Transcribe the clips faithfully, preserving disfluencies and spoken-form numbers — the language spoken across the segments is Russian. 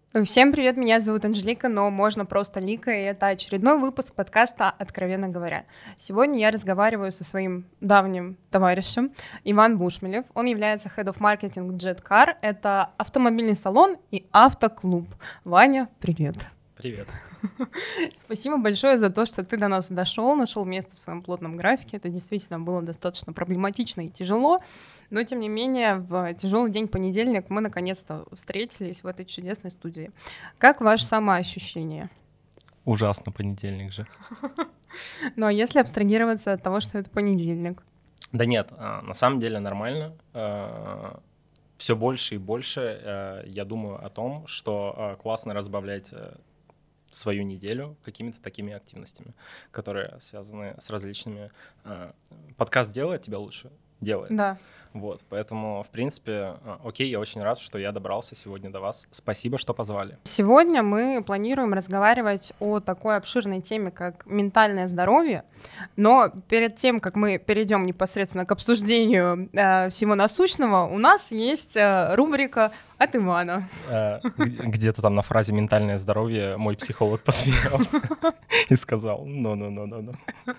Всем привет, меня зовут Анжелика, но можно просто Лика, и это очередной выпуск подкаста «Откровенно говоря». Сегодня я разговариваю со своим давним товарищем Иван Бушмелев. Он является Head of Marketing Jet Car. Это автомобильный салон и автоклуб. Ваня, привет. Привет. Спасибо большое за то, что ты до нас дошел, нашел место в своем плотном графике. Это действительно было достаточно проблематично и тяжело, но тем не менее в тяжелый день понедельник мы наконец-то встретились в этой чудесной студии. Как ваше самоощущение? Ужасно, понедельник же. Ну а если абстрагироваться от того, что это понедельник? Да нет, на самом деле нормально. Все больше и больше я думаю о том, что классно разбавлять свою неделю какими-то такими активностями, которые связаны с различными... Подкаст делает тебя лучше? Делает. Да. Вот, поэтому, в принципе, окей, я очень рад, что я добрался сегодня до вас. Спасибо, что позвали. Сегодня мы планируем разговаривать о такой обширной теме, как ментальное здоровье, но перед тем, как мы перейдем непосредственно к обсуждению э, всего насущного, у нас есть э, рубрика от Ивана. Где-то там на фразе «ментальное здоровье» мой психолог посмеялся и сказал «ну-ну-ну-ну-ну».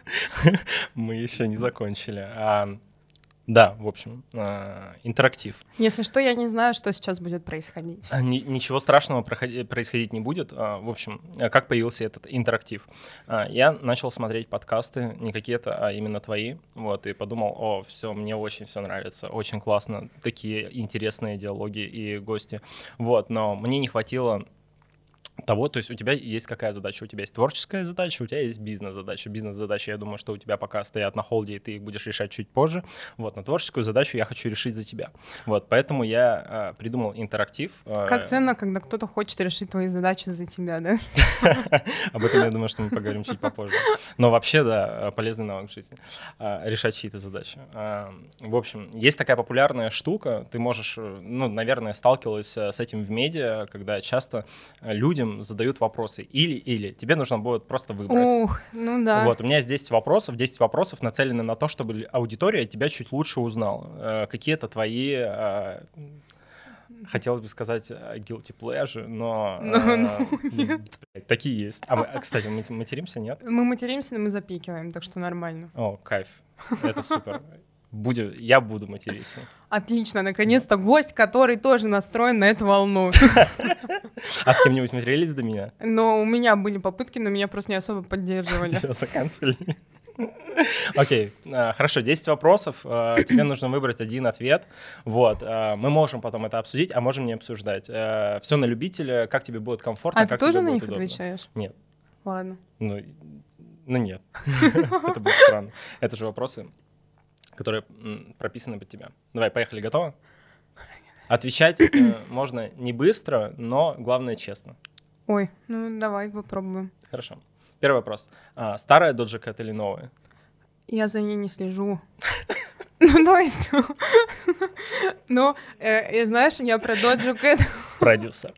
Мы еще не закончили. Да, в общем, э, интерактив. Если что, я не знаю, что сейчас будет происходить. Ни, ничего страшного проходи, происходить не будет. А, в общем, как появился этот интерактив? А, я начал смотреть подкасты, не какие-то, а именно твои, вот, и подумал, о, все, мне очень все нравится, очень классно, такие интересные диалоги и гости, вот, но мне не хватило того, то есть у тебя есть какая задача? У тебя есть творческая задача, у тебя есть бизнес-задача. Бизнес-задача, я думаю, что у тебя пока стоят на холде, и ты их будешь решать чуть позже. Вот, но творческую задачу я хочу решить за тебя. Вот, поэтому я э, придумал интерактив. Как ценно, когда кто-то хочет решить твои задачи за тебя, да? Об этом, я думаю, что мы поговорим чуть попозже. Но вообще, да, полезный навык жизни. Решать чьи-то задачи. В общем, есть такая популярная штука, ты можешь, ну, наверное, сталкивалась с этим в медиа, когда часто людям задают вопросы. Или-или. Тебе нужно будет просто выбрать. Ух, ну да. Вот, у меня есть десять вопросов. десять вопросов нацелены на то, чтобы аудитория тебя чуть лучше узнала. Какие-то твои... Хотелось бы сказать guilty pleasure, но... Ну, ну, нет. Такие есть. А мы, кстати, мы материмся, нет? Мы материмся, но мы запикиваем, так что нормально. О, кайф. Это супер. Будем, я буду материться. Отлично, наконец-то гость, который тоже настроен на эту волну. А с кем-нибудь матерились до меня? Но у меня были попытки, но меня просто не особо поддерживали. Тебя заканцелили. Окей, хорошо, десять вопросов, тебе нужно выбрать один ответ, вот, мы можем потом это обсудить, а можем не обсуждать. Все на любителя, как тебе будет комфортно, а как ты тоже тебе на будет них удобно. Отвечаешь? Нет. Ладно. Ну, ну нет, это будет странно. Это же вопросы, которые прописаны под тебя. Давай, поехали, готово? Отвечать можно не быстро, но главное честно. Ой, ну давай попробуем. Хорошо. Первый вопрос. А, старая Doja Cat или новая? Я за ней не слежу. Ну, то есть... Ну, знаешь, я про Doja Cat... Продюсер.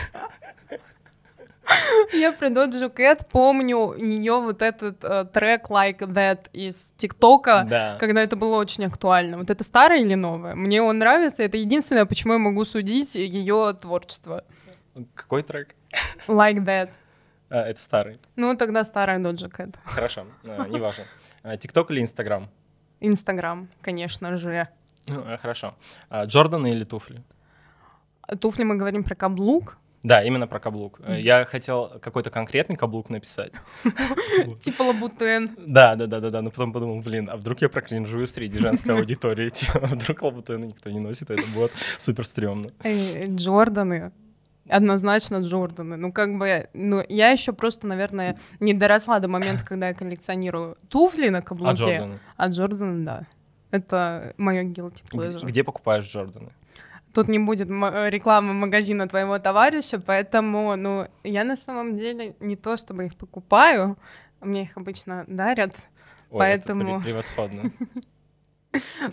Я про Doja Cat помню ее вот этот uh, трек Like That из ТикТока, да. Когда это было очень актуально. Вот это старое или новое? Мне он нравится, это единственное, почему я могу судить ее творчество. Какой трек? Like That. А, это старый. Ну, тогда старая Doja Cat. Хорошо, а, неважно. ТикТок или Инстаграм? Инстаграм, конечно же. Ну, хорошо. А, Джорданы или туфли? Туфли мы говорим про каблук. Да, именно про каблук. Я хотел какой-то конкретный каблук написать. Типа лабутен. Да, да, да, да, да. Но потом подумал, блин, а вдруг я прокринжую среди женской аудитории? А вдруг лабутены никто не носит, это будет супер стрёмно. Джорданы. Однозначно Джорданы. Ну, как бы, ну, я еще просто, наверное, не доросла до момента, когда я коллекционирую туфли на каблуке. А Джорданы? А Джорданы, да. Это мое guilty pleasure. Где, где покупаешь Джорданы? Тут не будет м- рекламы магазина твоего товарища, поэтому, ну, я на самом деле не то, чтобы их покупаю, мне их обычно дарят, Ой, поэтому... это превосходно.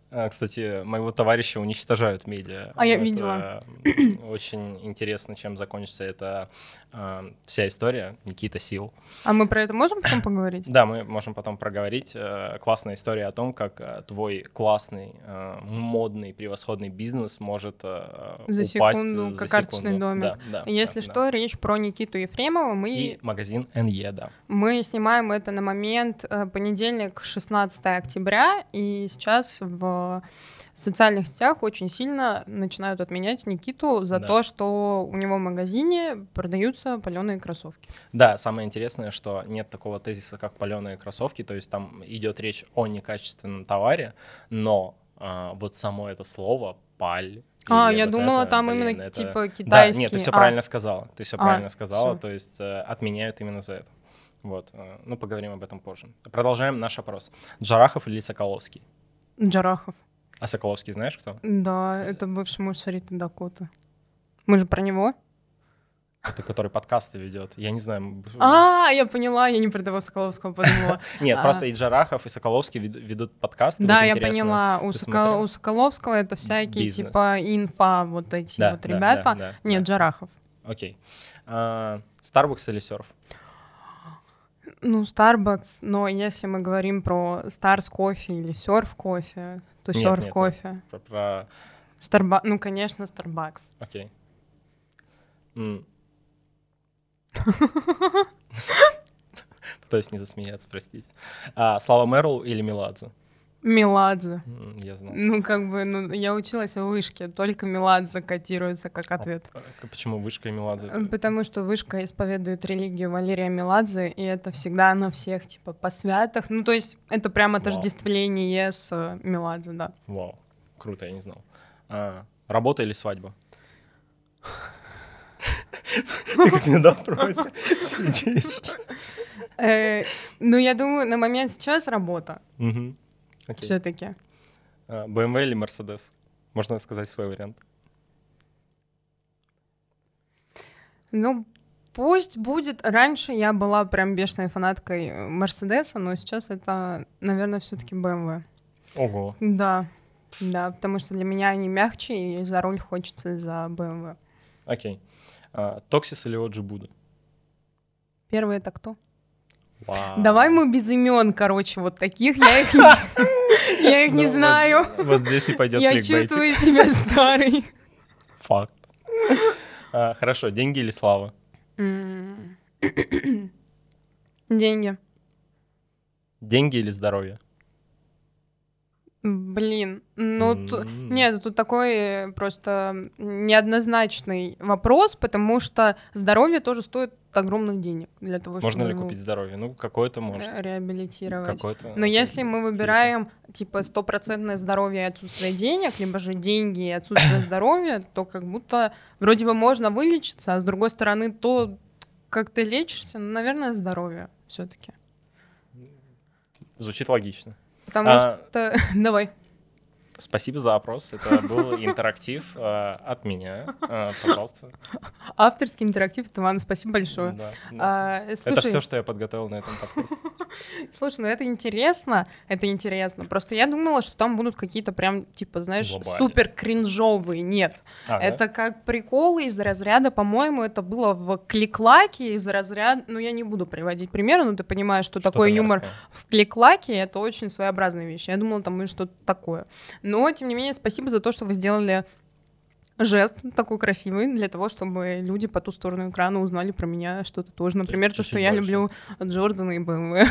Кстати, моего товарища уничтожают в медиа. А я Это видела. Очень интересно, чем закончится эта э, вся история. Никита Сил. А мы про это можем потом поговорить? Да, мы можем потом проговорить. Э, классная история о том, как э, твой классный, э, модный, превосходный бизнес может э, За упасть секунду, за как секунду. карточный домик. Да, да, Если да, что, да. речь про Никиту Ефремова. Мы... И магазин эн е, да. Мы снимаем это на момент э, понедельник, шестнадцатое октября, и сейчас в социальных сетях очень сильно начинают отменять Никиту за Да. то, что у него в магазине продаются паленые кроссовки. Да, самое интересное, что нет такого тезиса, как паленые кроссовки, то есть там идет речь о некачественном товаре, но а, вот само это слово «паль». А, или я вот думала, это, там блин, именно это- типа Да, китайские. нет, ты все А, правильно сказала, ты все А, правильно сказала, всё. то есть э, отменяют именно за это. Вот, э, ну поговорим об этом позже. Продолжаем наш опрос. Джарахов или Соколовский? Джарахов. А Соколовский знаешь кто? Да, это бывший муж Риты Дакоты. Мы же про него. Это который подкасты ведет. Я не знаю. м, А, я поняла, я не про того Соколовского подумала. Нет, а. просто и Джарахов, и Соколовский вед- ведут подкасты. Да, Вот я интересно, поняла. У, ты Сокол- смотрел? у Соколовского это всякие Бизнес. типа инфа, вот эти Да, вот да, ребята. да, да, Нет, да. Джарахов. Окей. А, Starbucks или серф? Ну, Starbucks, но если мы говорим про Stars кофе или серф кофе, то Нет, серф нет, нет. кофе. Про, про- Старба... Ну, конечно, Starbucks. Окей. М. Пытаюсь не засмеяться, простите. А, Слава Мерл или Меладзе? Меладзе. М, Я знал. Ну, как бы, ну, я училась в вышке, только Меладзе котируется как ответ. А Почему Вышка и Меладзе? Э, Потому что вышка исповедует религию Валерия Меладзе, и это всегда на всех, типа, посвятах. Ну, то есть это прям Вау. отождествление с э, Меладзе, да. Вау, круто, я не знал. А, Работа или свадьба? Ты как на допросе сидишь. Э, Ну, я думаю, на момент сейчас работа Мгм. Окей. все-таки. А, бэ эм вэ или Мерседес? Можно сказать свой вариант. Ну, пусть будет. Раньше я была прям бешеной фанаткой э, Мерседеса, но сейчас это, наверное, все-таки бэ эм вэ. Ого. Да, да, потому что для меня они мягче, и за руль хочется за бэ эм вэ. Окей. А, Токсис или Оджи Буда? Первый это кто? Вау. Давай мы без имен, короче, вот таких. Я их не, я их не Ну, вот- знаю. Вот здесь и пойдет Я кликбейтик. чувствую себя старой. Факт. А, Хорошо, деньги или слава? М. Деньги. Деньги или здоровье? Блин, ну ту- М. нет, тут такой э, просто неоднозначный вопрос, потому что здоровье тоже стоит огромных денег для того, Можно чтобы ли его, купить здоровье? Ну, какое-то можно. ре- реабилитировать. Какое-то. Но если мы какие-то. выбираем типа стопроцентное здоровье и отсутствие денег, либо же деньги и отсутствие здоровья, то как будто вроде бы можно вылечиться, а с другой стороны то, как ты лечишься, ну, наверное, здоровье все-таки. Звучит логично. Потому А, что давай. Спасибо за опрос. Это был интерактив э, от меня. Э, Пожалуйста. Авторский интерактив от Ивана, спасибо большое. Да, да. А, Это слушай, все, что я подготовил на этом подкасте. слушай, ну это интересно, это интересно. Просто я думала, что там будут какие-то прям, типа, знаешь, Глобальные. супер кринжовые. Нет, А, да? это как приколы из разряда, по-моему, это было в Кликлаке из разряда, ну я не буду приводить примеры, но ты понимаешь, что, Что-то такое юмор мерзкое. в Кликлаке, это очень своеобразная вещь. Я думала, там будет что-то такое. Но, тем не менее, спасибо за то, что вы сделали жест такой красивый для того, чтобы люди по ту сторону экрана узнали про меня что-то тоже. Например, то, Чуть-чуть что я больше. люблю Джордана и бэ эм вэ.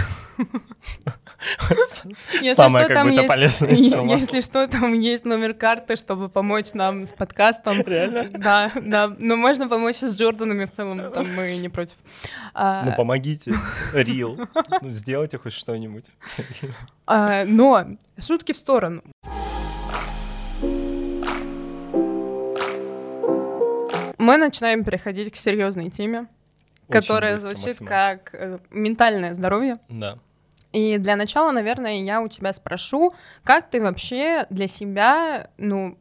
Если Самая что, как там будто есть- полезная информация. Если что, там есть номер карты, чтобы помочь нам с подкастом. Реально? Да, да. Но можно помочь с Джорданами в целом, там мы не против. А, Ну, помогите. Рил. Ну, сделайте хоть что-нибудь. а, Но шутки в сторону. Мы начинаем переходить к серьезной теме, Очень которая быстро, звучит максимально. как э, ментальное здоровье. Да. И для начала, наверное, я у тебя спрошу, как ты вообще для себя, ну,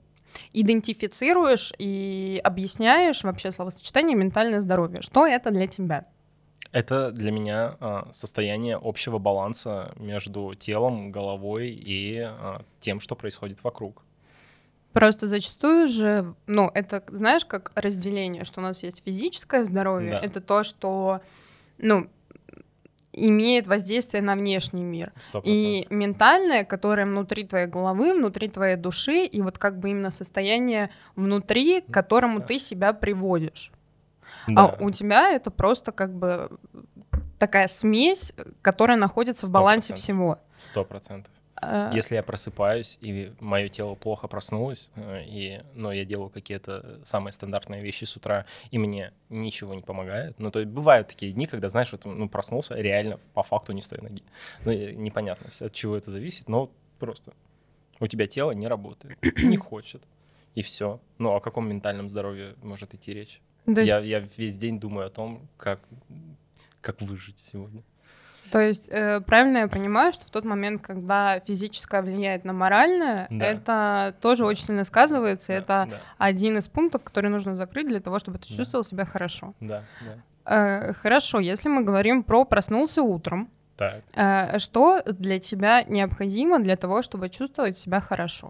идентифицируешь и объясняешь вообще словосочетание ментальное здоровье? Что это для тебя? Это для меня а, состояние общего баланса между телом, головой и а, тем, что происходит вокруг. Просто зачастую же, ну, это, знаешь, как разделение, что у нас есть физическое здоровье, Да. это то, что, ну, имеет воздействие на внешний мир. сто процентов. И ментальное, которое внутри твоей головы, внутри твоей души, и вот как бы именно состояние внутри, к которому Да. ты себя приводишь. Да. А у тебя это просто как бы такая смесь, которая находится в балансе всего. Сто процентов. А, Если я просыпаюсь, и мое тело плохо проснулось, э, и, ну, я делаю какие-то самые стандартные вещи с утра, и мне ничего не помогает. Ну, то есть бывают такие дни, когда, знаешь, вот, ну, проснулся, реально по факту не с той ноги. Ну, и непонятно, от чего это зависит, но просто у тебя тело не работает, не хочет, и все. Ну, о каком ментальном здоровье может идти речь? то есть Я, я весь день думаю о том, как, как выжить сегодня. То есть э, правильно я понимаю, что в тот момент, когда физическое влияет на моральное, Да. это тоже Да. очень сильно сказывается. Да, это да. один из пунктов, который нужно закрыть для того, чтобы ты Да. чувствовал себя хорошо. Да, да. Э, хорошо, если мы говорим про проснулся утром, Так. э, что для тебя необходимо для того, чтобы чувствовать себя хорошо?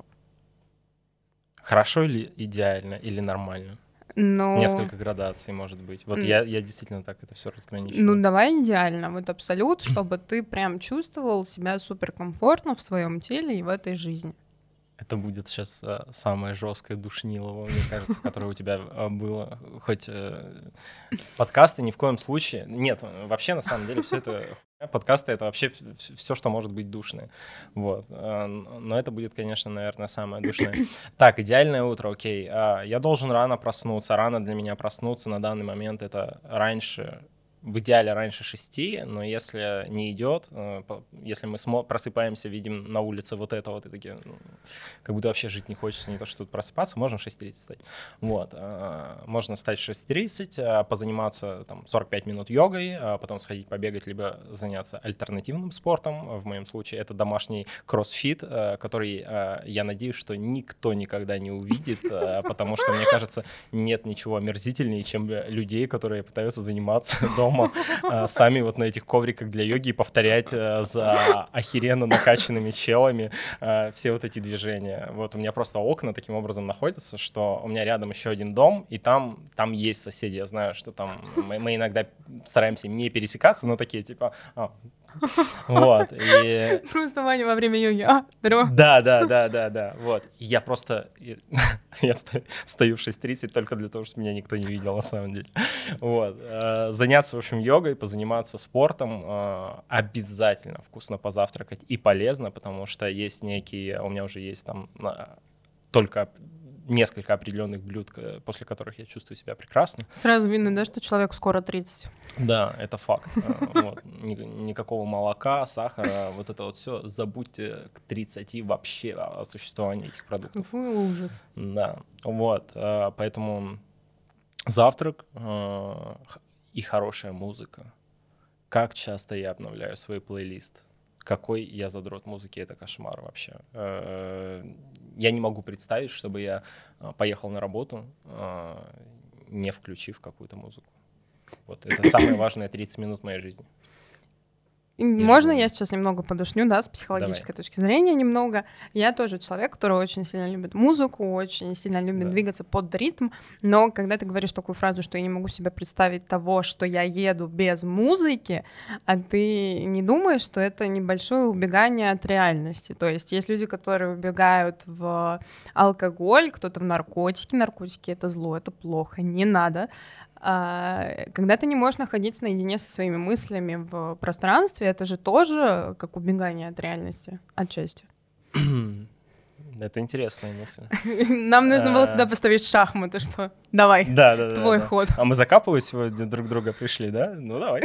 Хорошо или идеально, или нормально? Ну, Несколько градаций, может быть. Вот М. я, я действительно так это все разграничиваю. ну давай идеально, вот абсолют, чтобы ты прям чувствовал себя суперкомфортно в своем теле и в этой жизни. Это будет сейчас а, самое жесткое душнилово, мне кажется, которое у тебя а, было. Хоть э, подкасты ни в коем случае. Нет, вообще на самом деле все это подкасты это вообще все, что может быть душное. Вот. А, но это будет, конечно, наверное, самое душное. Так, идеальное утро, окей. А, я должен рано проснуться. Рано для меня проснуться на данный момент это раньше. В идеале раньше шести, но если не идет, если мы смо- просыпаемся, видим на улице вот это вот, и такие, ну, как будто вообще жить не хочется, не то, что тут просыпаться, можно в шесть тридцать встать. Вот. Можно встать в шесть тридцать, позаниматься там, сорок пять минут йогой, потом сходить побегать, либо заняться альтернативным спортом. В моем случае это домашний кроссфит, который, я надеюсь, что никто никогда не увидит, потому что, мне кажется, нет ничего омерзительнее, чем людей, которые пытаются заниматься дома сами вот на этих ковриках для йоги и повторять за охеренно накачанными челами все вот эти движения. Вот у меня просто окна таким образом находятся, что у меня рядом еще один дом, и там, там есть соседи. Я знаю, что там мы, мы иногда стараемся не пересекаться, но такие типа... А, вот, и... Просто Ваня во время йоги. А, здорово. Да, да, да, да, да, вот. И я просто... Я встаю в шесть тридцать только для того, чтобы меня никто не видел, на самом деле. Вот. Заняться, в общем, йогой, позаниматься спортом, обязательно вкусно позавтракать и полезно, потому что есть некие... У меня уже есть там только... несколько определенных блюд, после которых я чувствую себя прекрасно. Сразу видно, да, что человеку скоро тридцать. Да, это факт. Вот. Никакого молока, сахара, вот это вот все. Забудьте к тридцати вообще о существовании этих продуктов. Фу, ужас. Да, вот. Поэтому завтрак и хорошая музыка. Как часто я обновляю свой плейлист. Какой я задрот музыки, это кошмар вообще. Я не могу представить, чтобы я поехал на работу, не включив какую-то музыку. Вот это самые важные тридцать минут моей жизни. Можно я сейчас немного подушню, да, с психологической Давай. точки зрения немного. Я тоже человек, который очень сильно любит музыку, очень сильно любит Да. двигаться под ритм, но когда ты говоришь такую фразу, что я не могу себе представить того, что я еду без музыки, а ты не думаешь, что это небольшое убегание от реальности? То есть есть люди, которые убегают в алкоголь, кто-то в наркотики. Наркотики — это зло, это плохо, не надо. Когда ты не можешь находиться наедине со своими мыслями в пространстве, это же тоже как убегание от реальности, отчасти. Это интересная мысль. Нам нужно было сюда поставить шахматы, что давай, да, да, твой да, ход. Да. А мы закапывать сегодня друг друга пришли, да? Ну, давай.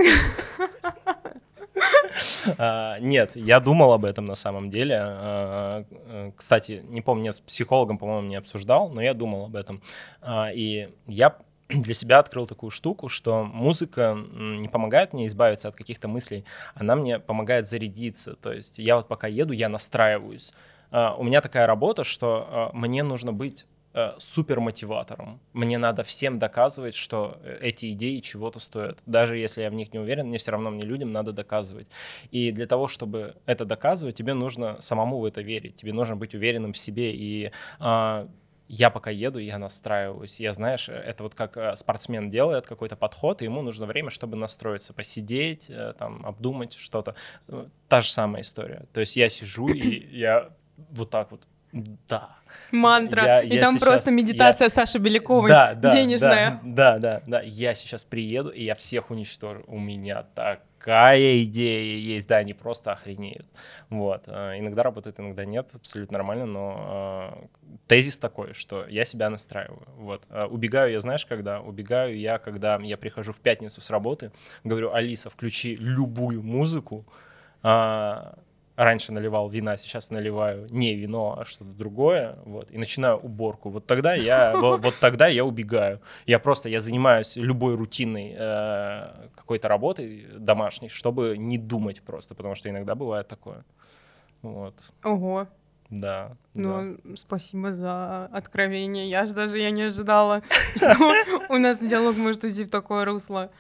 Uh, нет, я думал об этом на самом деле. Uh, uh, кстати, не помню, я с психологом, по-моему, не обсуждал, но я думал об этом. Uh, и я для себя открыл такую штуку, что музыка не помогает мне избавиться от каких-то мыслей, она мне помогает зарядиться. То есть я вот пока еду, я настраиваюсь. Uh, у меня такая работа, что uh, мне нужно быть э, супермотиватором. Мне надо всем доказывать, что эти идеи чего-то стоят. Даже если я в них не уверен, мне все равно, мне людям надо доказывать. И для того, чтобы это доказывать, тебе нужно самому в это верить. Тебе нужно быть уверенным в себе. И э, я пока еду, я настраиваюсь. Я, знаешь, это вот как спортсмен делает какой-то подход, и ему нужно время, чтобы настроиться, посидеть, э, там, обдумать что-то. Та же самая история. То есть я сижу, и я вот так вот, да. Мантра, я, и я там сейчас, просто медитация я... Саши Беляковой, да, да, денежная. Да, да, да, да. Я сейчас приеду, и я всех уничтожу. У меня такая идея есть, да, они просто охренеют. Вот. Иногда работает, иногда нет, абсолютно нормально, но э, тезис такой, что я себя настраиваю. Вот. Убегаю я, знаешь, когда? Убегаю я, когда я прихожу в пятницу с работы, говорю: Алиса, включи любую музыку. Э, Раньше наливал вина, сейчас наливаю не вино, а что-то другое, вот, и начинаю уборку. Вот тогда я, вот, вот тогда я убегаю. Я просто, я занимаюсь любой рутинной э, какой-то работой домашней, чтобы не думать просто, потому что иногда бывает такое. Вот. Ого. Да. Ну, да. спасибо за откровение. Я же даже я не ожидала, что у нас диалог может уйти в такое русло.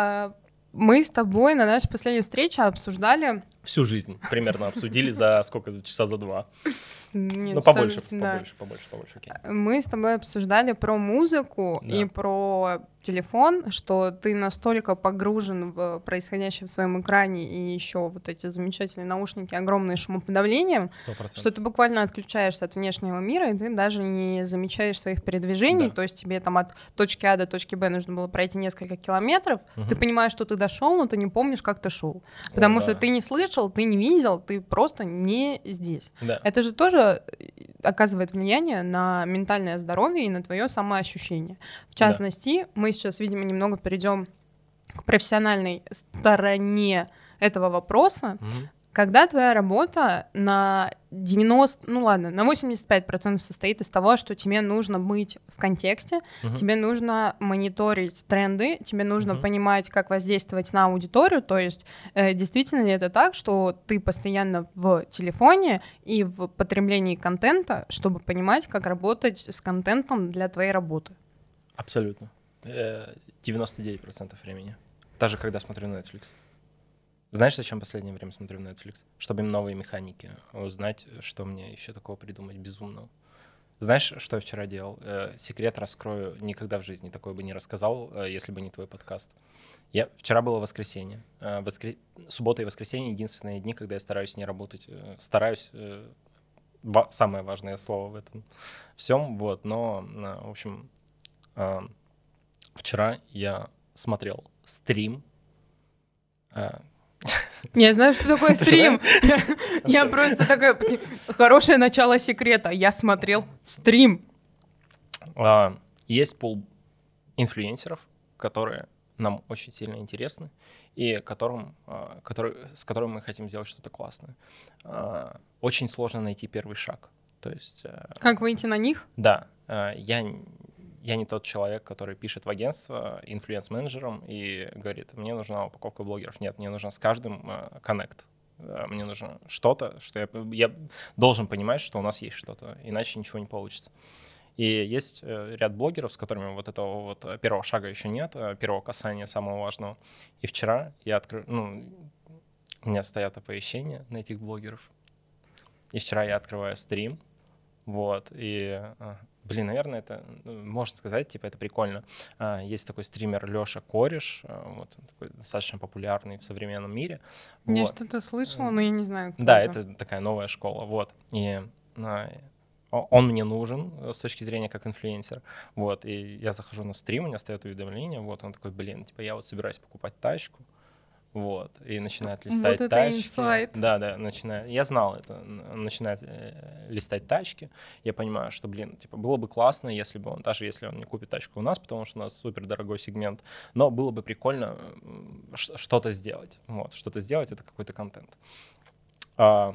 Мы с тобой на нашей последней встрече обсуждали... Всю жизнь примерно обсудили за сколько? Часа за два. Нет, ну, побольше, да. побольше, побольше, побольше. Окей. Мы с тобой обсуждали про музыку Да. и про телефон, что ты настолько погружен в происходящее в своем экране и еще вот эти замечательные наушники, огромные шумоподавлением, сто процентов. что ты буквально отключаешься от внешнего мира, и ты даже не замечаешь своих передвижений, Да. то есть тебе там от точки А до точки Б нужно было пройти несколько километров, угу. Ты понимаешь, что ты дошел, но ты не помнишь, как ты шел, потому О, что да. ты не слышал, ты не видел, ты просто не здесь. Да. Это же тоже оказывает влияние на ментальное здоровье и на твое самоощущение. В частности, да. мы сейчас, видимо, немного перейдем к профессиональной стороне этого вопроса. Угу. Когда твоя работа на девяносто, ну ладно, на восемьдесят пять процентов состоит из того, что тебе нужно быть в контексте, uh-huh. тебе нужно мониторить тренды, тебе нужно uh-huh. понимать, как воздействовать на аудиторию, то есть э, действительно ли это так, что ты постоянно в телефоне и в потреблении контента, чтобы понимать, как работать с контентом для твоей работы? Абсолютно. девяносто девять процентов времени. Даже когда смотрю Netflix. Знаешь, зачем в последнее время смотрю Netflix? Чтобы им новые механики узнать, что мне еще такого придумать безумного. Знаешь, что я вчера делал? Э, секрет раскрою, никогда в жизни такое бы не рассказал, э, если бы не твой подкаст. Я... Вчера было воскресенье. Э, воскр... Суббота и воскресенье — единственные дни, когда я стараюсь не работать. Э, стараюсь, э, ва... самое важное слово в этом всем, вот. Но, э, в общем, э, вчера я смотрел стрим. Э, Я знаю, что такое стрим. Я, я просто такая... Хорошее начало секрета. Я смотрел стрим. А, есть пул инфлюенсеров, которые нам очень сильно интересны и которым, а, который, с которыми мы хотим сделать что-то классное. А, очень сложно найти первый шаг. То есть... Как выйти на них? Да. А, я... Я не тот человек, который пишет в агентство инфлюенс-менеджером и говорит: мне нужна упаковка блогеров. Нет, мне нужно с каждым коннект. Uh, мне нужно что-то, что я, я должен понимать, что у нас есть что-то, иначе ничего не получится. И есть uh, ряд блогеров, с которыми вот этого вот первого шага еще нет, uh, первого касания самого важного. И вчера я открыл, ну, у меня стоят оповещения на этих блогеров. И вчера я открываю стрим, вот, и... Uh, Блин, наверное, это можно сказать, типа, это прикольно. А, есть такой стример Лёша Кореш, вот, такой достаточно популярный в современном мире. Я вот. что-то слышала, но я не знаю. Да, это. это такая новая школа, вот. И а, он мне нужен с точки зрения как инфлюенсер, вот. И я захожу на стрим, у меня стоят уведомления, вот. Он такой: блин, типа, я вот собираюсь покупать тачку. Вот, и начинает листать вот тачки. Да, да, начинает. Я знал это. Он начинает э, листать тачки. Я понимаю, что, блин, типа, было бы классно, если бы он, даже если он не купит тачку у нас, потому что у нас супер дорогой сегмент, но было бы прикольно что-то сделать. Вот, что-то сделать — это какой-то контент. А,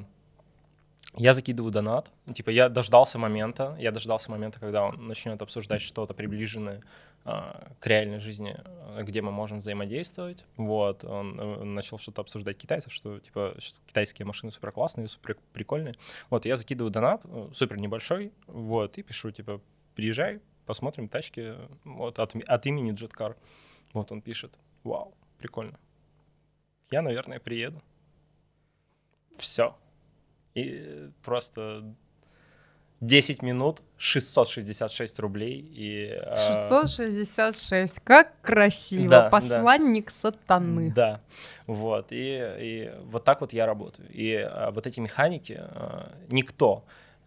я закидываю донат. Типа, я дождался момента, я дождался момента, когда он начнет обсуждать что-то приближенное к реальной жизни, где мы можем взаимодействовать. Вот, он начал что-то обсуждать китайцев, что, типа, сейчас китайские машины супер классные, супер прикольные. Вот, я закидываю донат, супер небольшой, вот, и пишу, типа: приезжай, посмотрим тачки вот, от, от имени Jetcar. Вот он пишет, вау, прикольно. Я, наверное, приеду. Все. И просто десять минут, шестьсот шестьдесят шесть рублей. И, шестьсот шестьдесят шесть, как красиво. Да, посланник да. сатаны. Да, вот. И, и вот так вот я работаю. И а, вот эти механики, а, никто,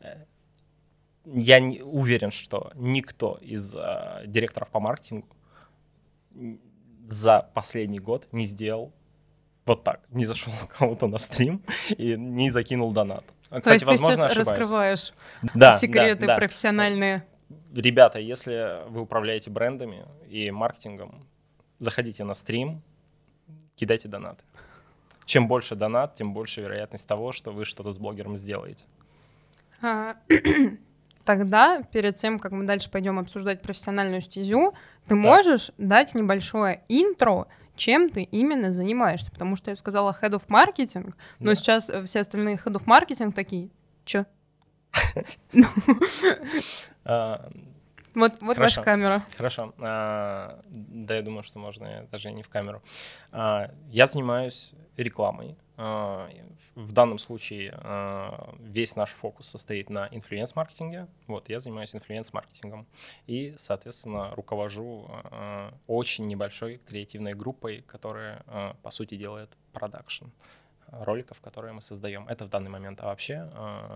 я не, уверен, что никто из а, директоров по маркетингу за последний год не сделал вот так, не зашел кому-то на стрим и не закинул донат. То Кстати, есть возможно, ты сейчас ошибаюсь. раскрываешь Да, секреты да, да. профессиональные. Ребята, если вы управляете брендами и маркетингом, заходите на стрим, кидайте донаты. Чем больше донат, тем больше вероятность того, что вы что-то с блогером сделаете. А, тогда, перед тем, как мы дальше пойдем обсуждать профессиональную стезю, ты так. можешь дать небольшое интро, чем ты именно занимаешься, потому что я сказала head of marketing, но Да. сейчас все остальные head of marketing такие, чё? Вот ваша камера. Хорошо. Да, я думаю, что можно даже и не в камеру. Я занимаюсь рекламой. В данном случае весь наш фокус состоит на инфлюенс-маркетинге. Вот, я занимаюсь инфлюенс-маркетингом и, соответственно, руковожу очень небольшой креативной группой, которая, по сути, делает продакшн роликов, которые мы создаем. Это в данный момент. А вообще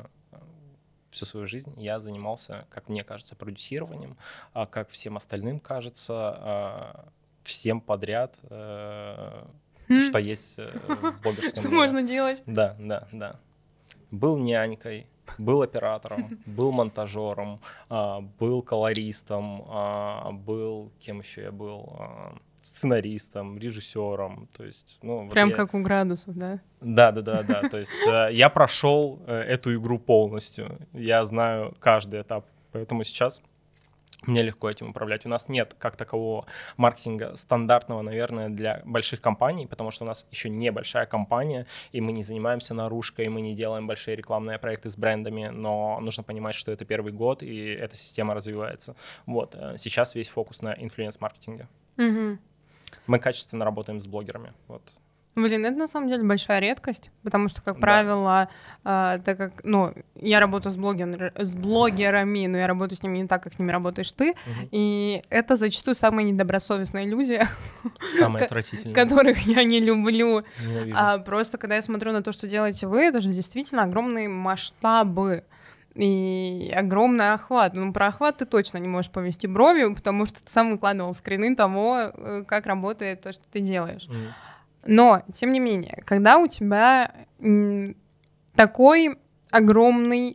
всю свою жизнь я занимался, как мне кажется, продюсированием, а как всем остальным кажется, всем подряд, mm. что есть в блогерском Что мире. можно делать? Да, да, да. Был нянькой, был оператором, был монтажером, был колористом, был, кем еще я был, сценаристом, режиссером, то есть, ну, вот прям я... как у Градусов, да? Да, да, да, да. То есть я прошел эту игру полностью, я знаю каждый этап, поэтому сейчас мне легко этим управлять. У нас нет как такового маркетинга стандартного, наверное, для больших компаний, потому что у нас еще небольшая компания, и мы не занимаемся наружкой, мы не делаем большие рекламные проекты с брендами, но нужно понимать, что это первый год, и эта система развивается. Вот. Сейчас весь фокус на инфлюенс-маркетинге. Угу. Мы качественно работаем с блогерами. Вот. Блин, это на самом деле большая редкость, потому что, как да. правило, э, так как, ну, я работаю с, блогер, с блогерами, но я работаю с ними не так, как с ними работаешь ты, угу. и это зачастую самые недобросовестные люди, самые отвратительные, которых я не люблю. Ненавижу. А, просто когда я смотрю на то, что делаете вы, это же действительно огромные масштабы и огромный охват. Ну, про охват ты точно не можешь повести бровью, потому что ты сам выкладывал скрины того, как работает то, что ты делаешь. Mm. Но, тем не менее, когда у тебя м, такой огромный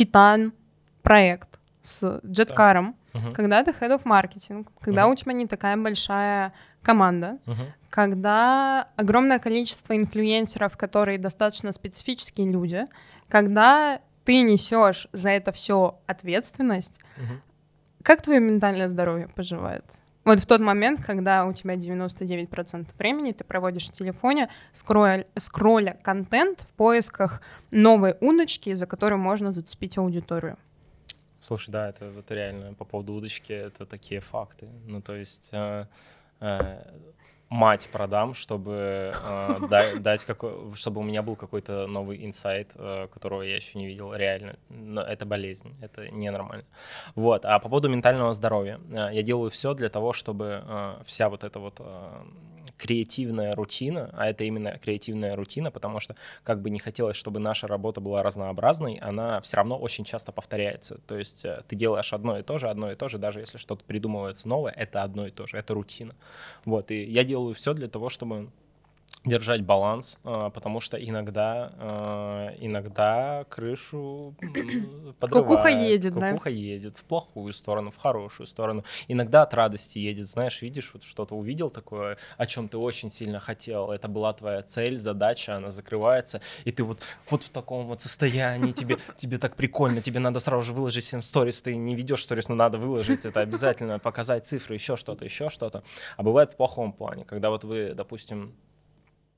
титан-проект с Jetcar, uh-huh. когда ты head of marketing, когда uh-huh. у тебя не такая большая команда, uh-huh. когда огромное количество инфлюенсеров, которые достаточно специфические люди, когда ты несешь за это все ответственность, uh-huh. как твое ментальное здоровье поживает? Вот в тот момент, когда у тебя девяносто девять процентов времени ты проводишь в телефоне, скролля, скролля контент в поисках новой удочки, за которую можно зацепить аудиторию. Слушай, да, это, это реально по поводу удочки, это такие факты. Ну, то есть э, э, мать продам, чтобы, э, дать, дать какой, чтобы у меня был какой-то новый инсайт, э, которого я еще не видел реально. Но это болезнь, это ненормально. Вот. А по поводу ментального здоровья. Э, я делаю все для того, чтобы э, вся вот эта вот э, креативная рутина, а это именно креативная рутина, потому что как бы не хотелось, чтобы наша работа была разнообразной, она все равно очень часто повторяется. То есть э, ты делаешь одно и то же, одно и то же, даже если что-то придумывается новое, это одно и то же, это рутина. Вот. И я делаю делаю все для того, чтобы держать баланс, потому что иногда, иногда крышу подрывает. Кукуха едет, Кукуха да? Кукуха едет в плохую сторону, в хорошую сторону. Иногда от радости едет, знаешь, видишь, вот что-то увидел такое, о чем ты очень сильно хотел, это была твоя цель, задача, она закрывается, и ты вот, вот в таком вот состоянии, тебе, тебе так прикольно, тебе надо сразу же выложить всем сторис, ты не ведешь сторис, но надо выложить, это обязательно, показать цифры, еще что-то, еще что-то. А бывает в плохом плане, когда вот вы, допустим,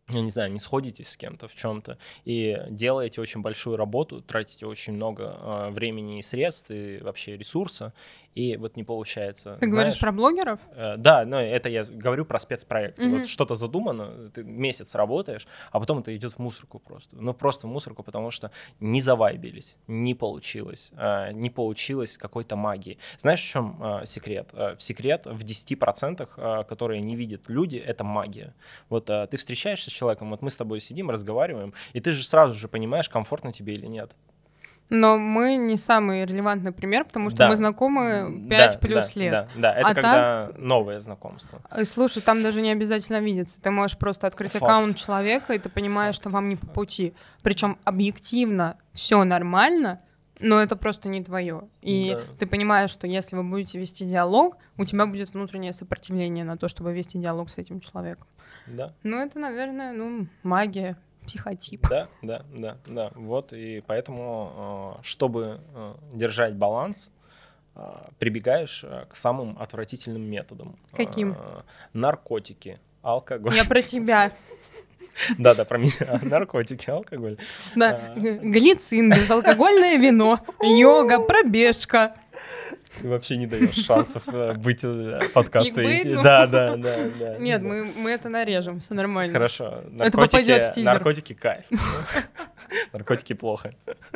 я не знаю, не сходитесь с кем-то в чем-то и делаете очень большую работу, тратите очень много э, времени и средств, и вообще ресурса, и вот не получается. Ты знаешь, говоришь про блогеров? Э, да, но это я говорю про спецпроекты. Мгм. Вот что-то задумано, ты месяц работаешь, а потом это идет в мусорку просто. Ну, просто в мусорку, потому что не завайбились, не получилось, э, не получилось какой-то магии. Знаешь, в чем э, секрет? Э, в секрет в десяти процентах, э, которые не видят люди, это магия. Вот э, ты встречаешься с человеком, вот мы с тобой сидим, разговариваем, и ты же сразу же понимаешь, комфортно тебе или нет. Но мы не самый релевантный пример, потому что Да. мы знакомы Да, пять плюс да, лет. Да, да, это А когда новое знакомство. Э, Слушай, там даже не обязательно видеться. Ты можешь просто открыть Факт. аккаунт человека, и ты понимаешь, что вам не по пути. Причем объективно все нормально, но это просто не твое. И Да. ты понимаешь, что если вы будете вести диалог, у тебя будет внутреннее сопротивление на то, чтобы вести диалог с этим человеком. Да. Ну, это, наверное, ну, магия, психотип. Да, да, да, да. Вот, и поэтому, э, чтобы э, держать баланс, э, прибегаешь э, к самым отвратительным методам. Каким? Э, Наркотики, алкоголь. Я про тебя. Да, да, про меня. Наркотики, алкоголь. Да. А. Глицин, безалкогольное вино, йога, пробежка. Ты вообще не даешь шансов э, быть э, подкасту. Кликбейт, идти. ну. Да, да, да, да. Нет, да. мы, мы это нарежем, все нормально. Хорошо. Это попадет в Наркотики, тизер. наркотики кайф. Наркотики плохо.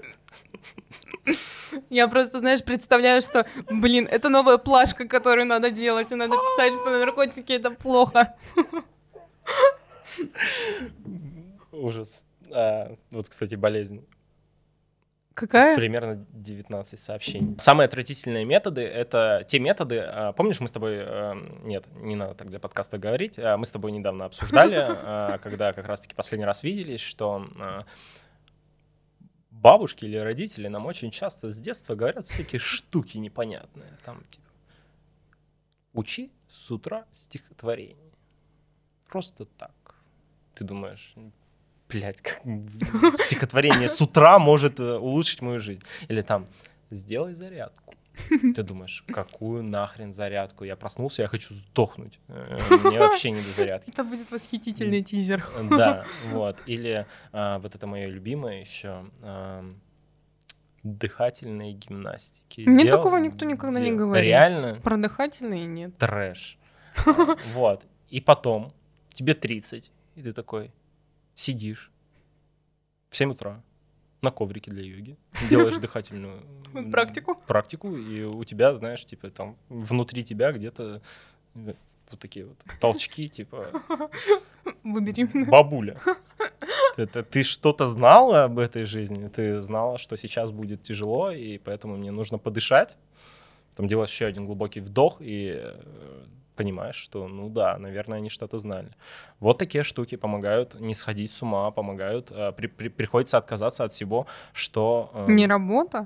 Я просто, знаешь, представляю, что, блин, это новая плашка, которую надо делать, и надо писать, что наркотики — это плохо. Ужас. А, вот, кстати, болезнь. Какая? Примерно девятнадцать сообщений. Самые отвратительные методы — это те методы, а, помнишь, мы с тобой, а, нет, не надо так для подкаста говорить, а, мы с тобой недавно обсуждали, а, когда как раз-таки последний раз виделись, что а, бабушки или родители нам очень часто с детства говорят всякие штуки непонятные. Там, типа, учи с утра стихотворение. Просто так. Ты думаешь, блядь, как стихотворение с утра может э, улучшить мою жизнь. Или там, сделай зарядку. Ты думаешь, какую нахрен зарядку? Я проснулся, я хочу сдохнуть. Э, Мне вообще не до зарядки. Это будет восхитительный тизер. Да, вот. Или а, вот это мое любимое еще а, дыхательные гимнастики. Мне Дел- такого никто никогда не дел- говорил. Реально Про дыхательные нет. трэш. А, Вот. И потом тебе тридцать, и ты такой сидишь в семь утра на коврике для йоги, делаешь дыхательную м, Практику? практику, и у тебя, знаешь, типа там внутри тебя где-то э, вот такие вот толчки, типа Вы беременны? бабуля. Ты, ты- ты что-то знала об этой жизни? Ты знала, что сейчас будет тяжело, и поэтому мне нужно подышать. Потом делаешь еще один глубокий вдох и э, понимаешь, что, ну да, наверное, они что-то знали. Вот такие штуки помогают не сходить с ума, помогают. э, при- при- приходится отказаться от всего, что... э, Не работа?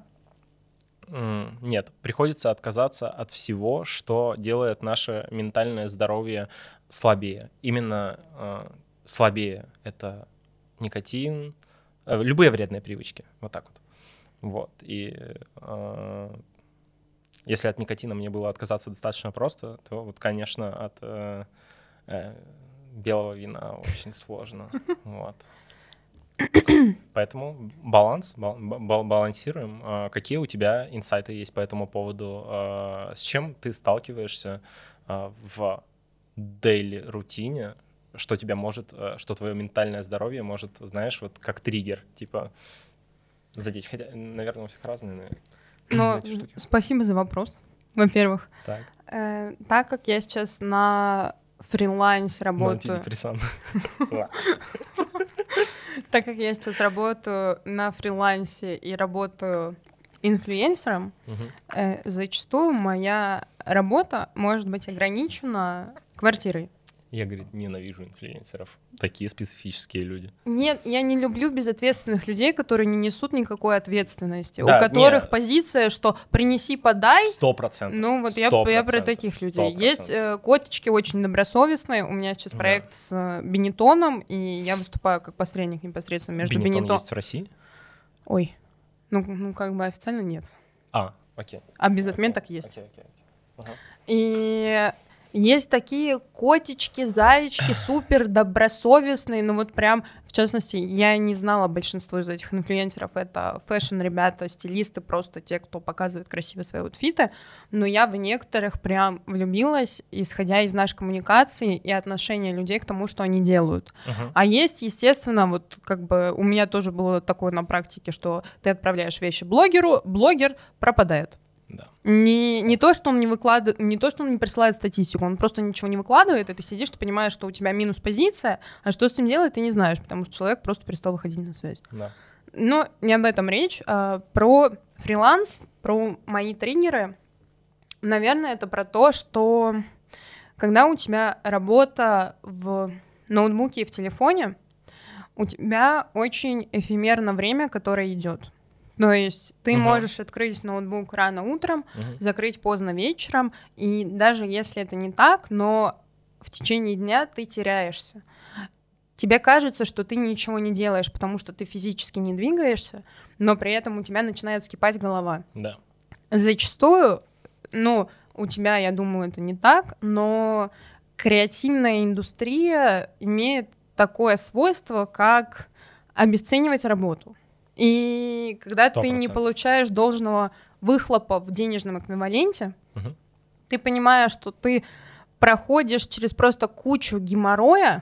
М, Нет, приходится отказаться от всего, что делает наше ментальное здоровье слабее. Именно э, слабее — это никотин, э, любые вредные привычки, вот так вот. Вот, и э, если от никотина мне было отказаться достаточно просто, то вот, конечно, от э, э, белого вина очень сложно, вот. Поэтому баланс, бал- бал- балансируем. А, Какие у тебя инсайты есть по этому поводу? А, С чем ты сталкиваешься а, в дейли рутине, что тебя может, а, что твое ментальное здоровье может, знаешь, вот как триггер, типа задеть? Хотя, наверное, у всех разные Но эти штуки. спасибо за вопрос, во-первых. Так, Э, так как я сейчас на фрилансе ну, работаю, антидепрессант. Ладно. так как я сейчас работаю на фрилансе и работаю инфлюенсером, Мгм. э, зачастую моя работа может быть ограничена квартирой. Я, говорит, ненавижу инфлюенсеров. Такие специфические люди. Нет, я не люблю безответственных людей, которые не несут никакой ответственности, Да, у которых не. позиция, что принеси, подай. Сто процентов. Ну вот я, Сто я про процентов. таких Сто людей. Есть процентов. э, котички очень добросовестные. У меня сейчас Да. проект с э, Бенетоном, и я выступаю как посредник непосредственно между Бенетон Бенетоном. есть в России? Ой, ну, ну как бы официально нет, А, окей. а без Окей, отметок есть. окей, окей, окей. Ага. И Есть такие котички, заячки, супер добросовестные, ну вот прям, в частности, я не знала большинство из этих инфлюенсеров, это фэшн-ребята, стилисты, просто те, кто показывает красиво свои аутфиты, но я в некоторых прям влюбилась, исходя из нашей коммуникации и отношения людей к тому, что они делают. Uh-huh. А есть, естественно, вот как бы у меня тоже было такое на практике, что ты отправляешь вещи блогеру, блогер пропадает. Да. Не, не то, что он не выкладывает, не то, что он не присылает статистику, он просто ничего не выкладывает, и ты сидишь, ты понимаешь, что у тебя минус позиция, а что с этим делать, ты не знаешь, потому что человек просто перестал выходить на связь. Да. Но не об этом речь, а про фриланс, про мои триггеры. Наверное, это про то, что когда у тебя работа в ноутбуке и в телефоне, у тебя очень эфемерно время, которое идет. То есть ты uh-huh. можешь открыть ноутбук рано утром, uh-huh. закрыть поздно вечером, и даже если это не так, но в течение дня ты теряешься. Тебе кажется, что ты ничего не делаешь, потому что ты физически не двигаешься, но при этом у тебя начинает вскипать голова. Да. Зачастую, ну, у тебя, я думаю, это не так, но креативная индустрия имеет такое свойство, как обесценивать работу. И когда сто процентов ты не получаешь должного выхлопа в денежном эквиваленте, угу. ты понимаешь, что ты проходишь через просто кучу геморроя,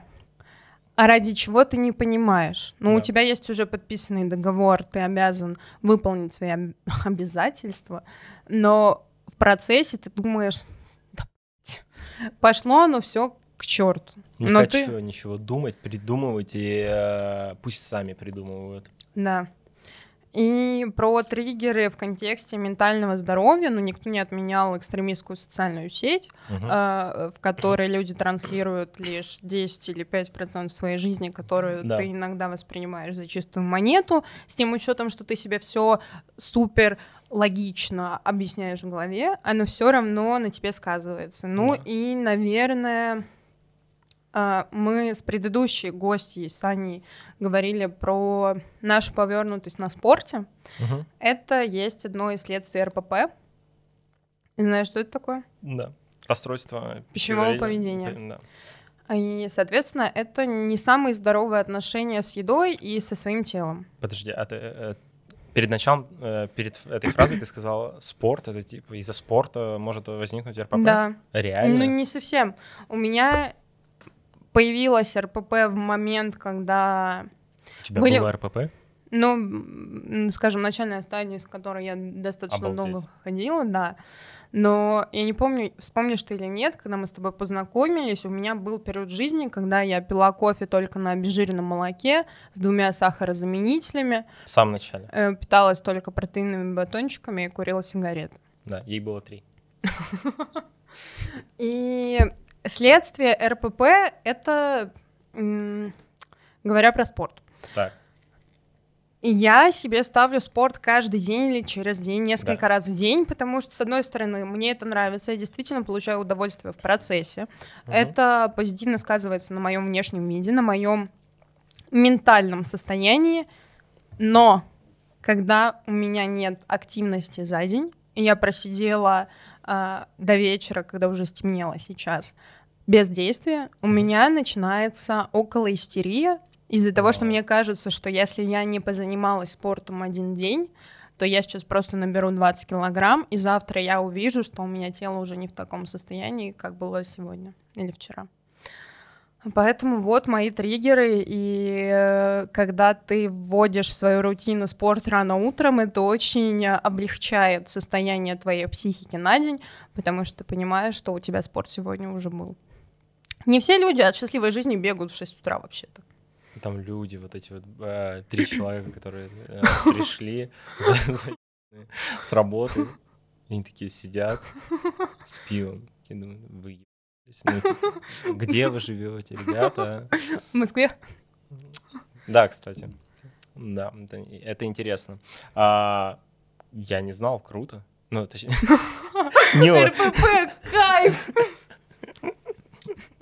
а ради чего ты не понимаешь. Ну, да. У тебя есть уже подписанный договор, ты обязан выполнить свои об- обязательства, но в процессе ты думаешь, да, пошло оно все к черту. Не но хочу ты... ничего думать, придумывать, и э, пусть сами придумывают. Да. И про триггеры в контексте ментального здоровья, ну, никто не отменял экстремистскую социальную сеть, uh-huh. э, в которой люди транслируют лишь десять или пять процентов своей жизни, которую да. ты иногда воспринимаешь за чистую монету, с тем учетом, что ты себе все супер логично объясняешь в голове, оно все равно на тебе сказывается. Ну uh-huh. и, наверное... Мы с предыдущей гостьей, с Аней, говорили про нашу повернутость на спорте. Угу. Это есть одно из следствий эр пэ пэ. Знаешь, что это такое? Да, расстройство пищевого поведения. Да. И, соответственно, это не самые здоровые отношения с едой и со своим телом. Подожди, а ты... Э, перед началом, э, перед этой фразой ты сказала, спорт, это типа из-за спорта может возникнуть эр пэ пэ? Да. Реально? Ну, не совсем. У меня... Появилась эр пэ пэ в момент, когда... У тебя были... было эр пэ пэ? Ну, скажем, начальная стадия, с которой я достаточно Обалдеть. долго ходила, да. Но я не помню, вспомнишь ты или нет, когда мы с тобой познакомились, у меня был период жизни, когда я пила кофе только на обезжиренном молоке с двумя сахарозаменителями. В самом начале? Э, питалась только протеиновыми батончиками и курила сигареты. Да, ей было три. И... Следствие эр пэ пэ — это, м- говоря про спорт. Так. Я себе ставлю спорт каждый день или через день, несколько да. раз в день, потому что, с одной стороны, мне это нравится, я действительно получаю удовольствие в процессе. Угу. Это позитивно сказывается на моем внешнем виде, на моем ментальном состоянии, но когда у меня нет активности за день, и я просидела а, до вечера, когда уже стемнело сейчас, без действия, у меня начинается околоистерия из-за того, что мне кажется, что если я не позанималась спортом один день, то я сейчас просто наберу двадцать килограмм, и завтра я увижу, что у меня тело уже не в таком состоянии, как было сегодня или вчера. Поэтому вот мои триггеры, и э, когда ты вводишь в свою рутину спорт рано утром, это очень облегчает состояние твоей психики на день, потому что ты понимаешь, что у тебя спорт сегодня уже был. Не все люди от счастливой жизни бегают в шесть утра вообще-то. Там люди, вот эти вот э, три человека, которые э, пришли за, за, с работы, они такие сидят с пивом. Я думаю, вы ну, типа, где вы живете, ребята? В Москве. Да, кстати. Да, это, это интересно. А, я не знал, круто. Ну, точнее... эр пэ пэ, кайф!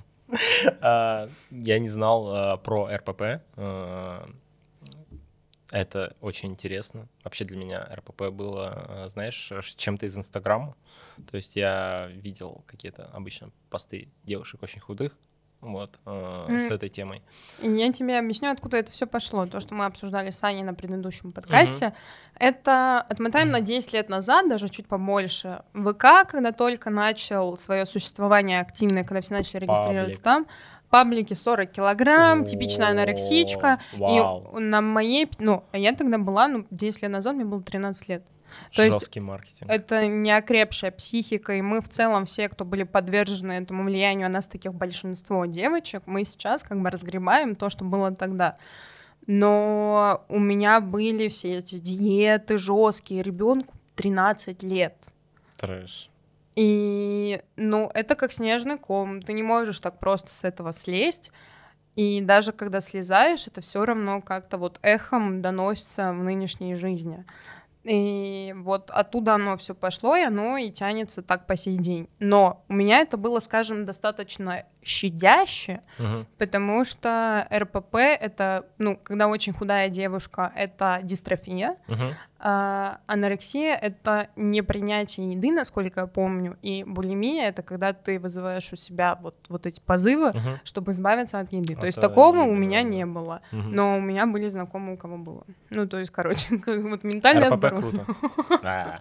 Я не знал про эр пэ пэ. Это очень интересно. Вообще для меня эр пэ пэ было, знаешь, чем-то из Инстаграма. То есть я видел какие-то обычно посты девушек очень худых, вот, э, mm. с этой темой. Я тебе объясню, откуда это все пошло. То, что мы обсуждали с Аней на предыдущем подкасте, mm-hmm. это отмотаем mm-hmm. на десять лет назад, даже чуть побольше. ВК, когда только начал свое существование активное, когда все начали регистрироваться Public. Там, паблики сорок килограмм, oh, типичная анорексичка. Wow. И на моей... Ну, а я тогда была, ну, десять лет назад, мне было тринадцать лет. То Жесткий есть маркетинг. Это неокрепшая психика, и мы в целом все, кто были подвержены этому влиянию, а нас таких большинство девочек, мы сейчас как бы разгребаем то, что было тогда. Но у меня были все эти диеты жесткие, ребенку тринадцать лет. Трэш. И, ну, это как снежный ком, ты не можешь так просто с этого слезть. И даже когда слезаешь, это все равно как-то вот эхом доносится в нынешней жизни. И вот оттуда оно все пошло, и оно и тянется так по сей день. Но у меня это было, скажем, достаточно щадяще, uh-huh. потому что эр пэ пэ — это, ну, когда очень худая девушка, это дистрофия, uh-huh. а анорексия — это непринятие еды, насколько я помню, и булимия — это когда ты вызываешь у себя вот, вот эти позывы, uh-huh. чтобы избавиться от еды. А то есть такого еды, у меня да. не было, uh-huh. но у меня были знакомые, у кого было. Ну, то есть, короче, вот ментальное здоровье. эр пэ пэ круто.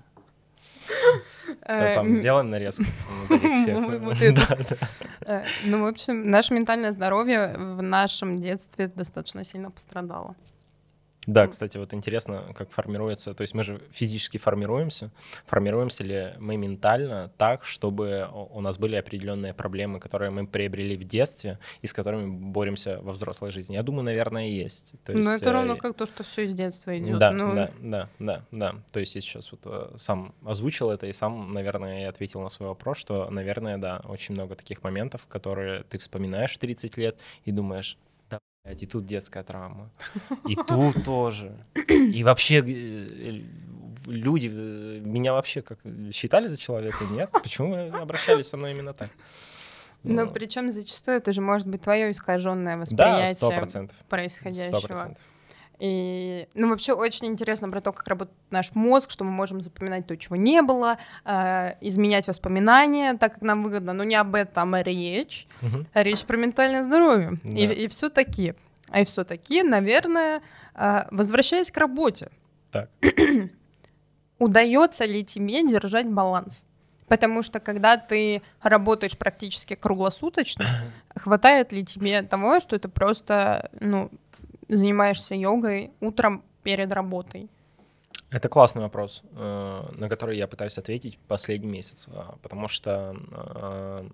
Там сделаем нарезку. Ну, в общем, наше ментальное здоровье в нашем детстве достаточно сильно пострадало. Да, кстати, вот интересно, как формируется, то есть мы же физически формируемся, формируемся ли мы ментально так, чтобы у нас были определенные проблемы, которые мы приобрели в детстве и с которыми боремся во взрослой жизни? Я думаю, наверное, есть. То есть, ну, это равно как то, что все из детства идет. Да, ну... да, да, да, да. То есть я сейчас вот сам озвучил это и сам, наверное, и ответил на свой вопрос, что, наверное, да, очень много таких моментов, которые ты вспоминаешь в тридцать лет и думаешь, и тут детская травма, и тут тоже. И вообще люди меня вообще как считали за человека, нет? Почему обращались со мной именно так? Но причем зачастую это же может быть твое искаженное восприятие да, сто процентов. Происходящего. сто процентов. И, ну, вообще очень интересно про то, как работает наш мозг, что мы можем запоминать то, чего не было, э, изменять воспоминания, так как нам выгодно, но не об этом речь, угу. а речь про ментальное здоровье. Да. И, и все-таки, а и все-таки, наверное, э, возвращаясь к работе, так. удается ли тебе держать баланс? Потому что когда ты работаешь практически круглосуточно, хватает ли тебе того, что это просто, ну, занимаешься йогой утром перед работой? Это классный вопрос, на который я пытаюсь ответить последний месяц, потому что,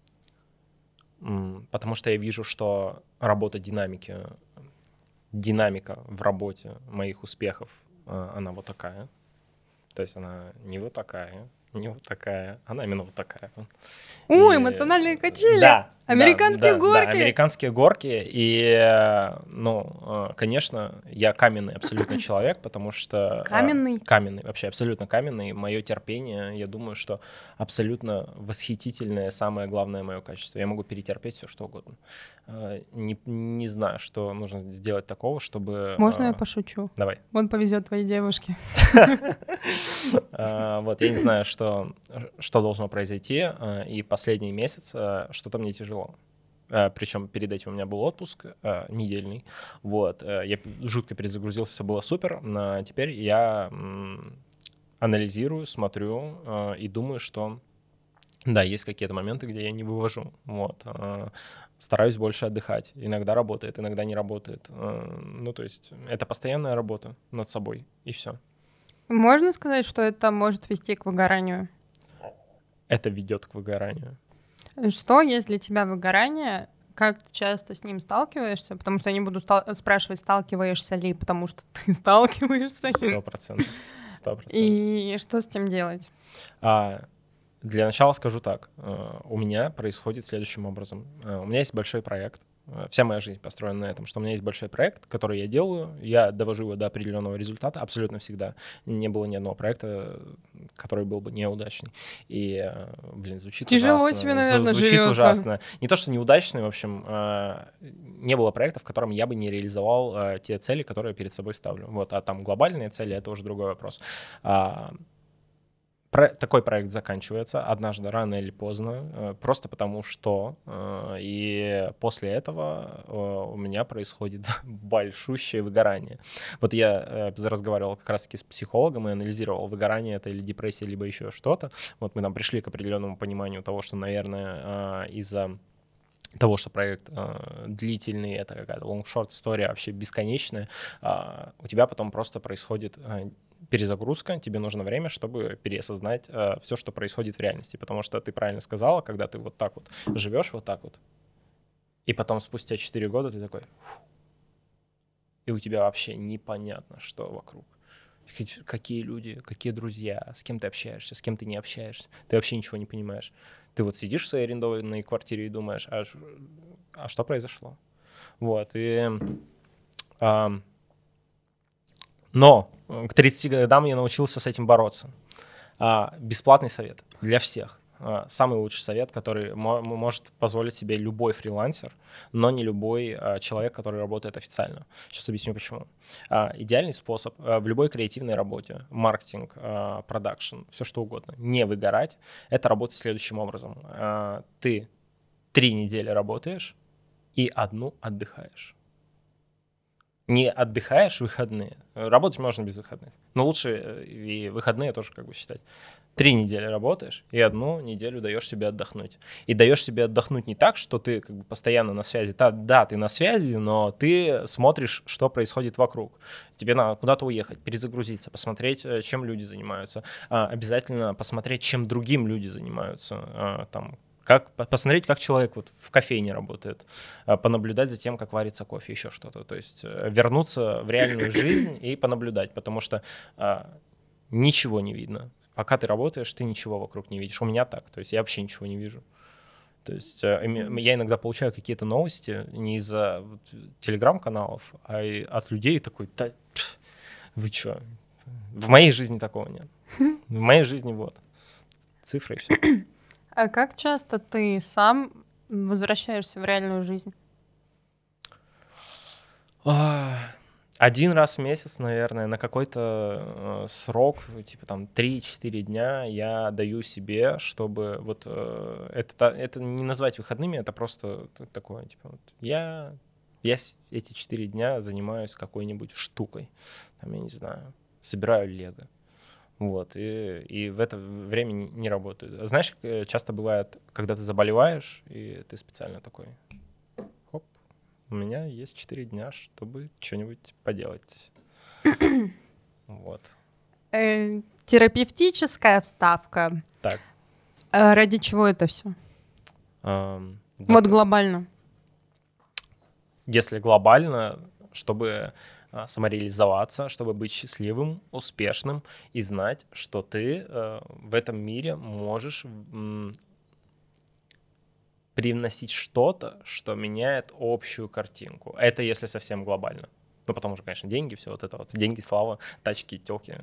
потому что я вижу, что работа динамики, динамика в работе моих успехов, она вот такая. То есть она не вот такая, не вот такая, она именно вот такая. О, и... эмоциональные качели! Да. Американские да, горки. Да, американские горки. И, ну, конечно, я каменный абсолютно человек, потому что... Каменный? Каменный, вообще абсолютно каменный. Мое терпение, я думаю, что абсолютно восхитительное, самое главное мое качество. Я могу перетерпеть все, что угодно. Не, не знаю, что нужно сделать такого, чтобы... Можно я пошучу? Давай. Он повезет твоей девушке. Вот, я не знаю, что должно произойти. И последний месяц что-то мне тяжело. Причем перед этим у меня был отпуск э, недельный, вот, э, я жутко перезагрузился, все было супер, но теперь я м, анализирую, смотрю э, и думаю, что да, есть какие-то моменты, где я не вывожу, вот, э, стараюсь больше отдыхать, иногда работает, иногда не работает, э, ну, то есть это постоянная работа над собой, и все. Можно сказать, что это может вести к выгоранию? Это ведет к выгоранию. Что есть для тебя выгорание? Как ты часто с ним сталкиваешься? Потому что я не буду стал- спрашивать, сталкиваешься ли, потому что ты сталкиваешься. Сто процентов. Сто процентов. И что с этим делать? А, для начала скажу так. У меня происходит следующим образом. У меня есть большой проект, Вся моя жизнь построена на этом, что у меня есть большой проект, который я делаю, я довожу его до определенного результата абсолютно всегда. Не было ни одного проекта, который был бы неудачный. И, блин, звучит Тяжело ужасно. тебе, наверное, Звучит живется. ужасно. Не то, что неудачный, в общем, не было проекта, в котором я бы не реализовал те цели, которые я перед собой ставлю. Вот, а там глобальные цели — это уже другой вопрос. Про- такой проект заканчивается однажды, рано или поздно, просто потому что и после этого у меня происходит большущее выгорание. Вот я разговаривал как раз-таки с психологом и анализировал, выгорание это или депрессия, либо еще что-то. Вот мы там пришли к определенному пониманию того, что, наверное, из-за того, что проект э, длительный, это какая-то long-short история вообще бесконечная, э, у тебя потом просто происходит э, перезагрузка, тебе нужно время, чтобы переосознать э, все, что происходит в реальности, потому что ты правильно сказала, когда ты вот так вот живешь, вот так вот, и потом спустя четыре года ты такой, фу, и у тебя вообще непонятно, что вокруг. Какие люди, какие друзья, с кем ты общаешься, с кем ты не общаешься, ты вообще ничего не понимаешь. Ты вот сидишь в своей арендованной квартире и думаешь, а, а что произошло? Вот, и... А, но к тридцати годам я научился с этим бороться. А, бесплатный совет для всех. А, самый лучший совет, который мо- может позволить себе любой фрилансер, но не любой а, человек, который работает официально. Сейчас объясню почему. А, идеальный способ а, в любой креативной работе, маркетинг, а, продакшн, все что угодно, не выгорать, это работать следующим образом. А, ты три недели работаешь и одну отдыхаешь. Не отдыхаешь в выходные. Работать можно без выходных. Но лучше и выходные тоже как бы считать. Три недели работаешь, и одну неделю даешь себе отдохнуть. И даешь себе отдохнуть не так, что ты как бы постоянно на связи. Да, да, ты на связи, но ты смотришь, что происходит вокруг. Тебе надо куда-то уехать, перезагрузиться, посмотреть, чем люди занимаются. Обязательно посмотреть, чем другим люди занимаются. Там, как, посмотреть, как человек вот в кофейне работает, понаблюдать за тем, как варится кофе, еще что-то. То есть вернуться в реальную жизнь и понаблюдать, потому что ничего не видно. Пока ты работаешь, ты ничего вокруг не видишь. У меня так, то есть я вообще ничего не вижу. То есть mm-hmm. я иногда получаю какие-то новости не из-за вот, телеграм-каналов, а и от людей такой, да, пф, вы что? В моей жизни такого нет. В моей жизни вот цифры и все. А как часто ты сам возвращаешься в реальную жизнь? Один раз в месяц, наверное, на какой-то э, срок, типа там три-четыре дня я даю себе, чтобы вот э, это, это не назвать выходными, это просто такое, типа вот я, я эти четыре дня занимаюсь какой-нибудь штукой, там, я не знаю, собираю лего, вот, и, и в это время не работаю. Знаешь, часто бывает, когда ты заболеваешь, и ты специально такой... У меня есть четыре дня, чтобы что-нибудь поделать. Вот. Э, терапевтическая вставка. Так. А ради чего это все? Um, вот да, глобально. Если глобально, чтобы а, самореализоваться, чтобы быть счастливым, успешным и знать, что ты а, в этом мире можешь... М- привносить что-то, что меняет общую картинку. Это если совсем глобально. Ну, потом уже, конечно, деньги, все вот это вот. Деньги, слава, тачки, тёлки.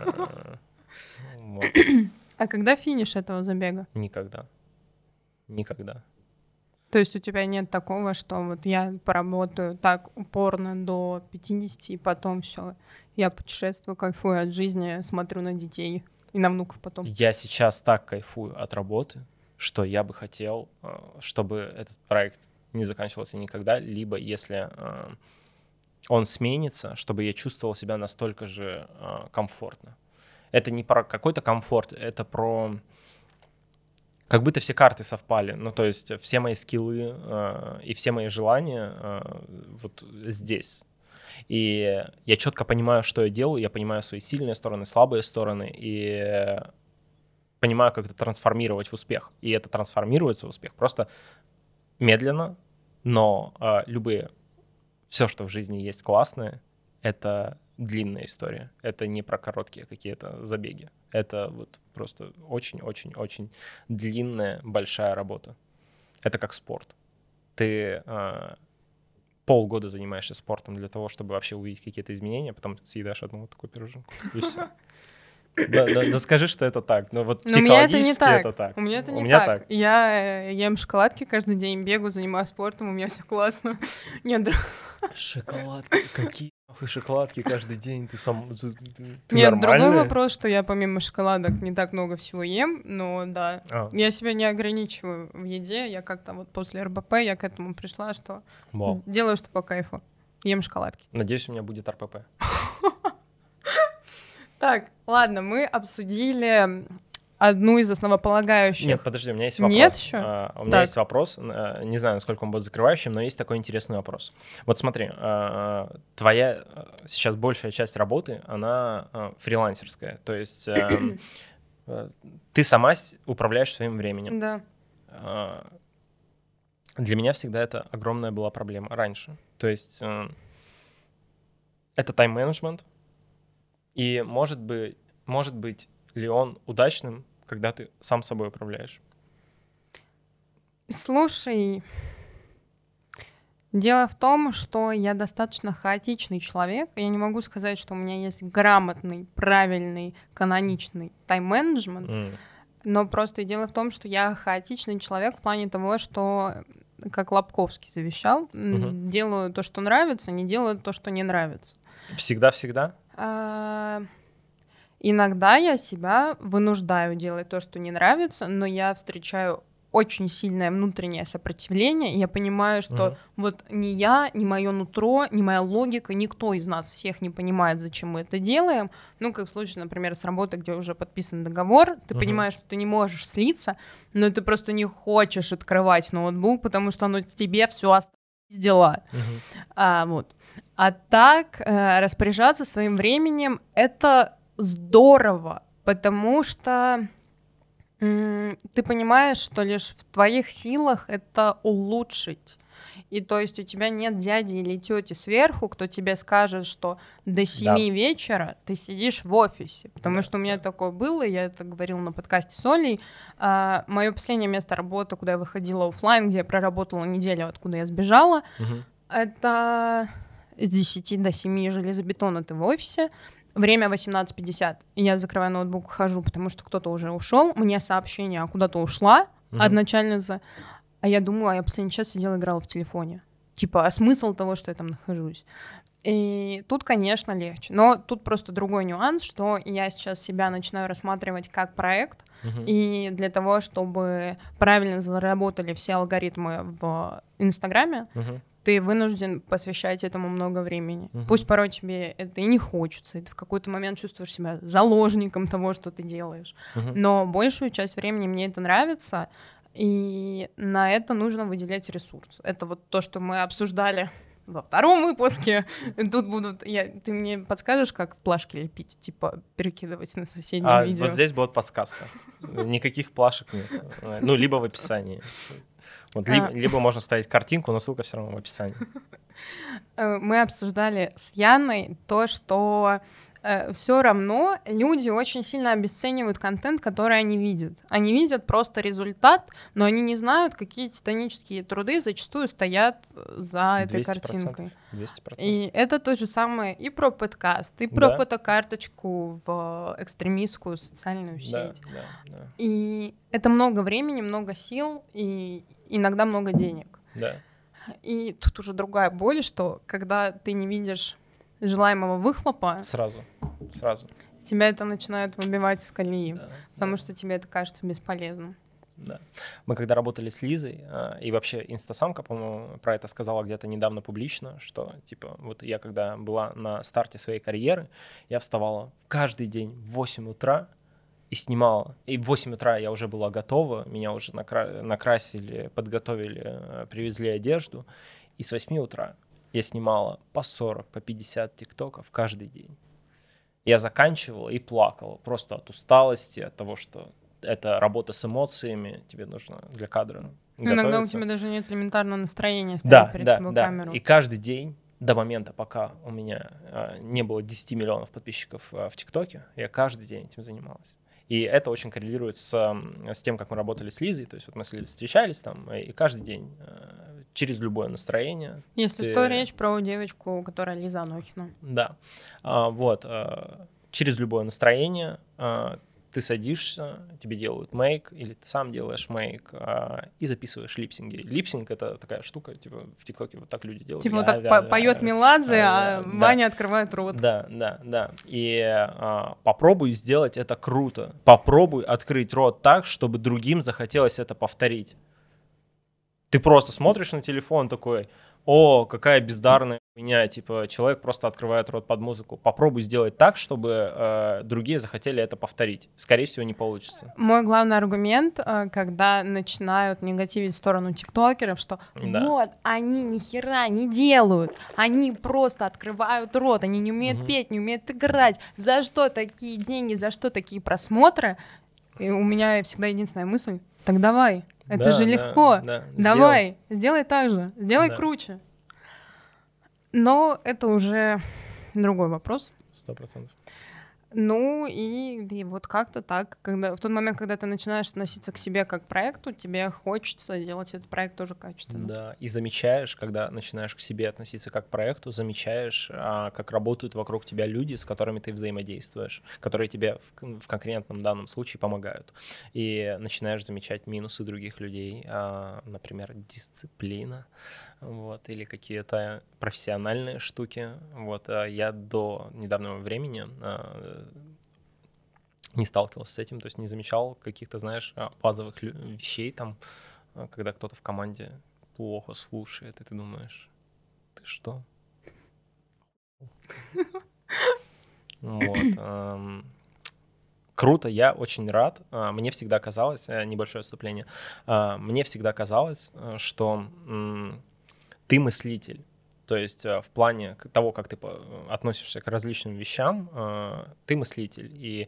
А когда финиш этого забега? Никогда. Никогда. То есть у тебя нет такого, что вот я поработаю так упорно до пятидесяти, и потом все, я путешествую, кайфую от жизни, смотрю на детей и на внуков потом? Я сейчас так кайфую от работы, что я бы хотел, чтобы этот проект не заканчивался никогда, либо если он сменится, чтобы я чувствовал себя настолько же комфортно. Это не про какой-то комфорт, это про... Как будто все карты совпали, ну то есть все мои скиллы и все мои желания вот здесь. И я четко понимаю, что я делаю, я понимаю свои сильные стороны, слабые стороны, и... понимаю, как это трансформировать в успех. И это трансформируется в успех просто медленно, но э, любые, все, что в жизни есть классное, это длинная история. Это не про короткие какие-то забеги. Это вот просто очень-очень-очень длинная, большая работа. Это как спорт. Ты э, полгода занимаешься спортом для того, чтобы вообще увидеть какие-то изменения, потом съедаешь одну вот такую пироженку, и все. Да, да, да скажи, что это так. Но вот психологически это так. У меня это не так. Я ем шоколадки каждый день, бегаю, занимаюсь спортом, у меня все классно. Нет, шоколадки, какие нахуй шоколадки каждый день? Ты сам, ты, ты Нет, нормальная? Другой вопрос, что я помимо шоколадок не так много всего ем, но да, а. я себя не ограничиваю в еде. Я как-то вот после эр бэ пэ я к этому пришла, что Вау. делаю, что по кайфу. Ем шоколадки. Надеюсь, у меня будет эр пэ пэ. Так, ладно, мы обсудили одну из основополагающих. Нет, подожди, у меня есть вопрос. Нет еще? Uh, у меня так. есть вопрос, uh, не знаю, насколько он будет закрывающим, но есть такой интересный вопрос. Вот смотри, uh, твоя сейчас большая часть работы, она uh, фрилансерская, то есть uh, uh, ты сама управляешь своим временем. Да. Uh, для меня всегда это огромная была проблема раньше. То есть uh, это тайм-менеджмент, и может быть, может быть ли он удачным, когда ты сам собой управляешь? Слушай, дело в том, что я достаточно хаотичный человек. Я не могу сказать, что у меня есть грамотный, правильный, каноничный тайм-менеджмент, mm. но просто дело в том, что я хаотичный человек в плане того, что, как Лобковский завещал, mm-hmm. делаю то, что нравится, не делаю то, что не нравится. Всегда-всегда? А... Иногда я себя вынуждаю делать то, что не нравится, но я встречаю очень сильное внутреннее сопротивление, и я понимаю, что угу. вот ни я, ни мое нутро, ни моя логика, никто из нас всех не понимает, зачем мы это делаем. Ну, как в случае, например, с работы, где уже подписан договор, ты угу. понимаешь, что ты не можешь слиться, но ты просто не хочешь открывать ноутбук, потому что оно тебе все осталось дела. Угу. А, вот. А так, э, распоряжаться своим временем — это здорово, потому что м- ты понимаешь, что лишь в твоих силах это улучшить. И то есть у тебя нет дяди или тети сверху, кто тебе скажет, что до семи да. вечера ты сидишь в офисе. Потому да, что у меня да. такое было, я это говорила на подкасте с Олей. А, мое последнее место работы, куда я выходила офлайн, где я проработала неделю, откуда я сбежала, угу. это с десяти до семи железобетона ты в офисе. Время восемнадцать пятьдесят. Я закрываю ноутбук, хожу, потому что кто-то уже ушел. Мне сообщение, а куда-то ушла угу. от начальницы. А я думаю, а я последний час сидела, играла в телефоне. Типа, а смысл того, что я там нахожусь? И тут, конечно, легче. Но тут просто другой нюанс, что я сейчас себя начинаю рассматривать как проект. Uh-huh. И для того, чтобы правильно заработали все алгоритмы в Инстаграме, uh-huh. ты вынужден посвящать этому много времени. Uh-huh. Пусть порой тебе это и не хочется, и ты в какой-то момент чувствуешь себя заложником того, что ты делаешь. Uh-huh. Но большую часть времени мне это нравится, и на это нужно выделять ресурс. Это вот то, что мы обсуждали во втором выпуске. Тут будут... Я, ты мне подскажешь, как плашки лепить? Типа перекидывать на соседнее а, видео? Вот здесь будет подсказка. Никаких плашек нет. Ну, либо в описании. Вот, либо, а. либо можно ставить картинку, но ссылка все равно в описании. Мы обсуждали с Яной то, что э, все равно люди очень сильно обесценивают контент, который они видят. Они видят просто результат, но они не знают, какие титанические труды зачастую стоят за этой картинкой. двести процентов. И это то же самое и про подкаст, и про да. фотокарточку в экстремистскую социальную сеть. Да, да, да. И это много времени, много сил и иногда много денег. Да. И тут уже другая боль, что когда ты не видишь желаемого выхлопа... Сразу, сразу. Тебя это начинает выбивать из колеи, да, потому да. что тебе это кажется бесполезным. Да. Мы когда работали с Лизой, и вообще Инстасамка, по-моему, про это сказала где-то недавно публично, что, типа, вот я когда была на старте своей карьеры, я вставала каждый день в восемь утра, и снимала. И в восемь утра я уже была готова, меня уже накра- накрасили, подготовили, привезли одежду. И с восьми утра я снимала по сорок, по пятьдесят тиктоков каждый день. Я заканчивала и плакала просто от усталости, от того, что это работа с эмоциями, тебе нужно для кадра готовиться. Иногда у тебя даже нет элементарного настроения ставить да, перед да, собой да. камеру. И каждый день, до момента, пока у меня а, не было десять миллионов подписчиков а, в ТикТоке, я каждый день этим занималась. И это очень коррелирует с, с тем, как мы работали с Лизой. То есть вот мы с Лизой встречались там, и каждый день через любое настроение. Если ты... что, речь про девочку, которая Лиза Анохина. Да, а, вот, а, через любое настроение а, ты садишься, тебе делают мейк, или ты сам делаешь мейк, а, и записываешь липсинги. Липсинг — это такая штука, типа в ТикТоке вот так люди делают. Типа вот так по- поет Меладзе, а, а Ваня открывает рот. Да, да, да. И а, попробуй сделать это круто. Попробуй открыть рот так, чтобы другим захотелось это повторить. Ты просто смотришь на телефон такой: о, какая бездарная хуйня, типа человек просто открывает рот под музыку. Попробуй сделать так, чтобы э, другие захотели это повторить. Скорее всего, не получится. Мой главный аргумент, когда начинают негативить в сторону тиктокеров, что Да. вот, они ни хера не делают, они просто открывают рот, они не умеют угу. петь, не умеют играть. За что такие деньги, за что такие просмотры? И у меня всегда единственная мысль: так давай. Это да, же да, легко. Да. Давай, сделай. сделай так же, сделай да. круче. Но это уже другой вопрос. Сто процентов. Ну и, и вот как-то так, когда в тот момент, когда ты начинаешь относиться к себе как к проекту, тебе хочется делать этот проект тоже качественно. Да, и замечаешь, когда начинаешь к себе относиться как к проекту, замечаешь, а, как работают вокруг тебя люди, с которыми ты взаимодействуешь, которые тебе в, в конкретном данном случае помогают. И начинаешь замечать минусы других людей, а, например, дисциплина, вот, или какие-то профессиональные штуки. Вот, а я до недавнего времени а, не сталкивался с этим, то есть не замечал каких-то, знаешь, базовых вещей там, когда кто-то в команде плохо слушает, и ты думаешь: ты что? Вот. Круто, я очень рад. Мне всегда казалось, небольшое отступление, мне всегда казалось, что ты мыслитель. То есть в плане того, как ты относишься к различным вещам, ты мыслитель. И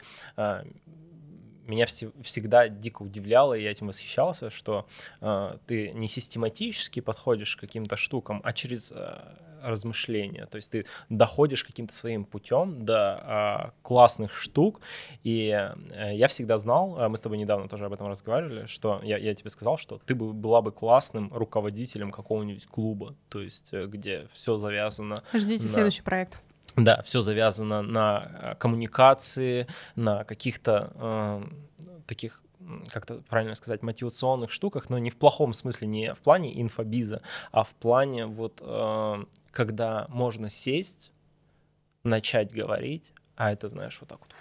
меня всегда дико удивляло, и я этим восхищался, что ты не систематически подходишь к каким-то штукам, а через размышления. То есть ты доходишь каким-то своим путем до а, классных штук. И а, я всегда знал, мы с тобой недавно тоже об этом разговаривали, что я, я тебе сказал, что ты бы, была бы классным руководителем какого-нибудь клуба, то есть где все завязано. Ждите на... следующий проект. Да, все завязано на коммуникации, на каких-то э, таких, как это правильно сказать, мотивационных штуках, но не в плохом смысле, не в плане инфобиза, а в плане вот, э, когда можно сесть, начать говорить, а это, знаешь, вот так вот.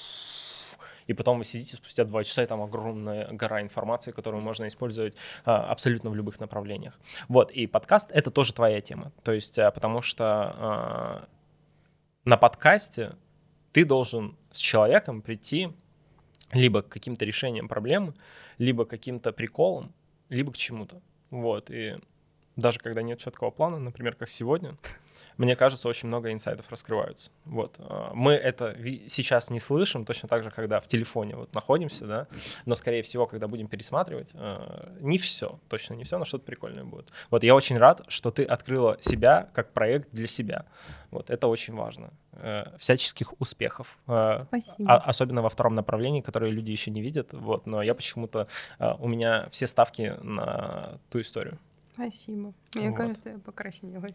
И потом вы сидите спустя два часа, и там огромная гора информации, которую можно использовать а, абсолютно в любых направлениях. Вот, и подкаст — это тоже твоя тема. То есть, а, потому что а, на подкасте ты должен с человеком прийти либо к каким-то решениям проблемы, либо к каким-то приколам, либо к чему-то. Вот, и даже когда нет четкого плана, например, как сегодня, мне кажется, очень много инсайдов раскрываются. Вот. Мы это сейчас не слышим, точно так же, когда в телефоне вот находимся, да, но, скорее всего, когда будем пересматривать, не все, точно не все, но что-то прикольное будет. Вот, я очень рад, что ты открыла себя как проект для себя. Вот, это очень важно. Всяческих успехов. Спасибо. Особенно во втором направлении, которое люди еще не видят, вот, но я почему-то, у меня все ставки на ту историю. Спасибо. Мне вот. кажется, я покраснела.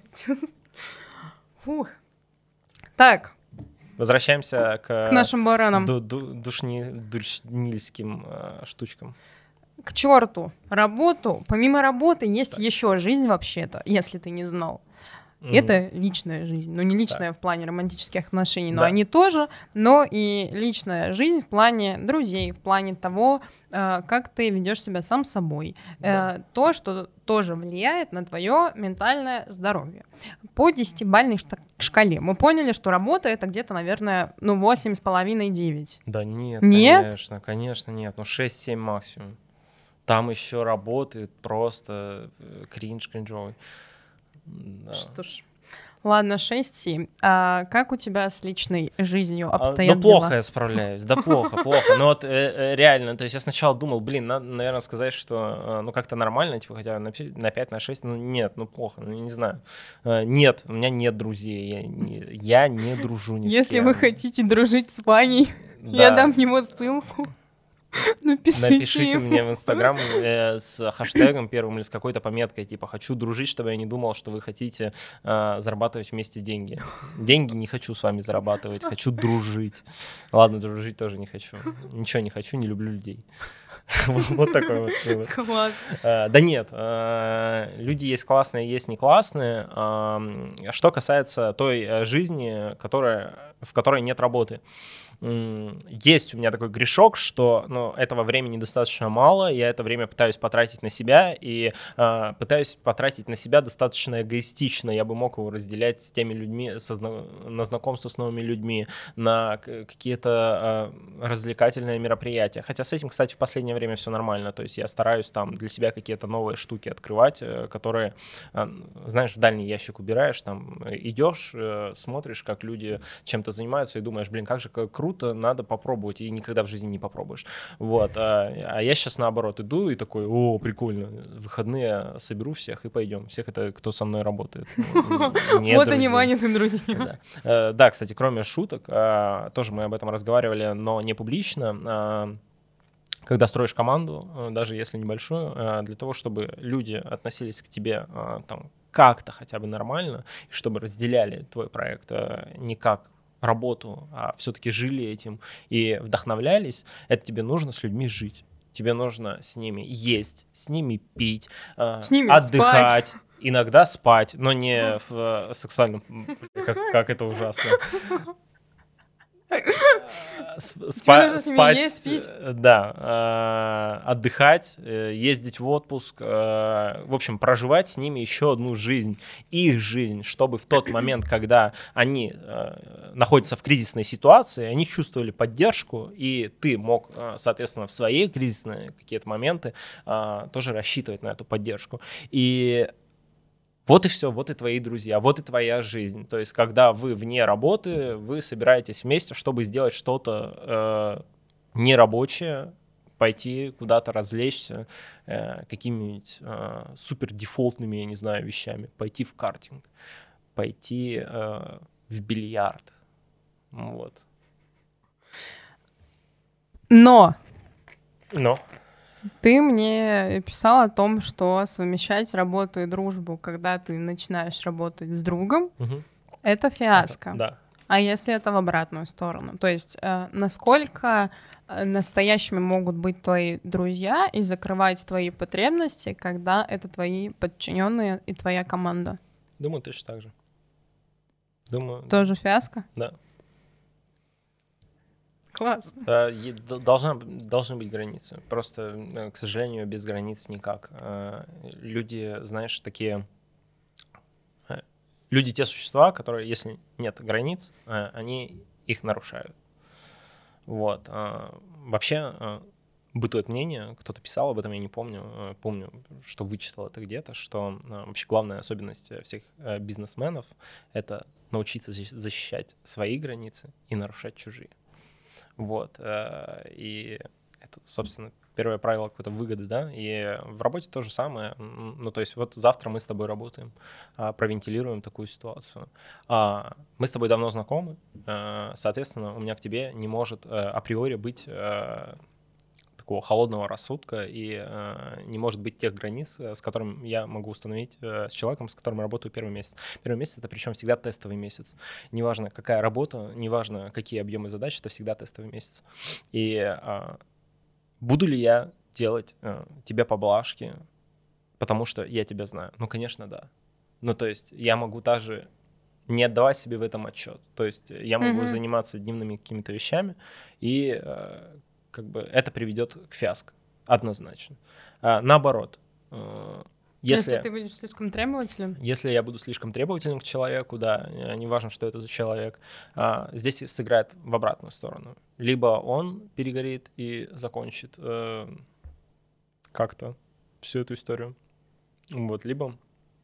Фух. Так. Возвращаемся к, к нашим баранам. Ду- ду- душни- душнильским э, штучкам. К черту работу. Помимо работы есть так. еще жизнь вообще-то, если ты не знал. Mm-hmm. Это личная жизнь. Ну, не личная так. в плане романтических отношений, но да. они тоже, но и личная жизнь в плане друзей, в плане того, э, как ты ведешь себя сам собой. Да. Э, то, что тоже влияет на твое ментальное здоровье. По десятибалльной шкале мы поняли, что работа — это где-то, наверное, ну, восемь с половиной - девять. Да нет, нет, конечно, конечно нет. Ну, шесть-семь максимум. Там еще работает просто кринж кринжовый. Да. Что ж, ладно, шесть-семь. А как у тебя с личной жизнью обстоят а, да дела? Да плохо я справляюсь, да плохо, плохо. Ну вот э, реально, то есть я сначала думал, блин, надо, наверное, сказать, что ну как-то нормально, типа хотя бы на пять, на шесть, ну нет, ну плохо, ну не знаю. Нет, у меня нет друзей, я не, я не дружу ни с кем. Если вы хотите дружить с Ваней, я дам ему ссылку. Напишите, Напишите мне в Инстаграм э, с хэштегом первым или с какой-то пометкой, типа «хочу дружить», чтобы я не думал, что вы хотите э, зарабатывать вместе деньги. Деньги не хочу с вами зарабатывать, хочу дружить. Ладно, дружить тоже не хочу. Ничего не хочу, не люблю людей. Вот такой вот вывод. Класс. Да нет, люди есть классные, есть не классные. Что касается той жизни, которая, в которой нет работы. Есть у меня такой грешок, что ну, этого времени достаточно мало, я это время пытаюсь потратить на себя, и э, пытаюсь потратить на себя достаточно эгоистично. Я бы мог его разделять с теми людьми, со, на знакомство с новыми людьми, на какие-то э, развлекательные мероприятия. Хотя с этим, кстати, в последнее время все нормально. То есть я стараюсь там для себя какие-то новые штуки открывать, э, которые, э, знаешь, в дальний ящик убираешь, там идешь, э, смотришь, как люди чем-то занимаются, и думаешь, блин, как же круто, надо попробовать, и никогда в жизни не попробуешь. Вот. А, а я сейчас наоборот иду и такой, о, прикольно, в выходные соберу всех и пойдем. Всех это, кто со мной работает. Вот они, Ванины друзья. Да, кстати, кроме шуток, тоже мы об этом разговаривали, но не публично. Когда строишь команду, даже если небольшую, для того, чтобы люди относились к тебе там как-то хотя бы нормально, и чтобы разделяли твой проект не как работу, а все-таки жили этим и вдохновлялись, это тебе нужно с людьми жить. Тебе нужно с ними есть, с ними пить, с ними отдыхать, спать. иногда спать, но не в сексуальном... Как, как это ужасно. Спа- спать, есть, пить. Да, отдыхать, ездить в отпуск, в общем, проживать с ними еще одну жизнь, их жизнь, чтобы в тот момент, когда они находятся в кризисной ситуации, они чувствовали поддержку, и ты мог, соответственно, в свои кризисные какие-то моменты тоже рассчитывать на эту поддержку. И вот и все, вот и твои друзья, вот и твоя жизнь. То есть, когда вы вне работы, вы собираетесь вместе, чтобы сделать что-то э, нерабочее, пойти куда-то развлечься э, какими-нибудь э, супер дефолтными, я не знаю, вещами. Пойти в картинг, пойти э, в бильярд. Вот. Но. Но. Ты мне писал о том, что совмещать работу и дружбу, когда ты начинаешь работать с другом, угу. это фиаско. Это, да. А если это в обратную сторону? То есть э, насколько настоящими могут быть твои друзья и закрывать твои потребности, когда это твои подчиненные и твоя команда? Думаю, точно так же. Думаю. Тоже фиаско? Да. Классно. Должна, должны быть границы. Просто, к сожалению, без границ никак. Люди, знаешь, такие... Люди те существа, которые, если нет границ, они их нарушают. Вот. Вообще бытует мнение, кто-то писал об этом, я не помню, помню, что вычитал это где-то, что вообще главная особенность всех бизнесменов — это научиться защищать свои границы и нарушать чужие. Вот, и это, собственно, первое правило какой-то выгоды, да, и в работе то же самое, ну, то есть вот завтра мы с тобой работаем, провентилируем такую ситуацию. Мы с тобой давно знакомы, соответственно, у меня к тебе не может априори быть такого холодного рассудка и э, не может быть тех границ, с которыми я могу установить э, с человеком, с которым я работаю первый месяц. Первый месяц — это причем всегда тестовый месяц. Неважно, какая работа, неважно, какие объемы задач, это всегда тестовый месяц. И э, буду ли я делать э, тебе поблажки, потому что я тебя знаю? Ну, конечно, да. Ну, то есть я могу даже не отдавать себе в этом отчет. То есть я могу mm-hmm. заниматься дневными какими-то вещами, и э, как бы это приведет к фиаско, однозначно. А, наоборот, э, если, если ты будешь слишком требовательным? Если я буду слишком требовательным к человеку, да, неважно, что это за человек, э, здесь сыграет в обратную сторону. Либо он перегорит и закончит э, как-то всю эту историю, вот, либо,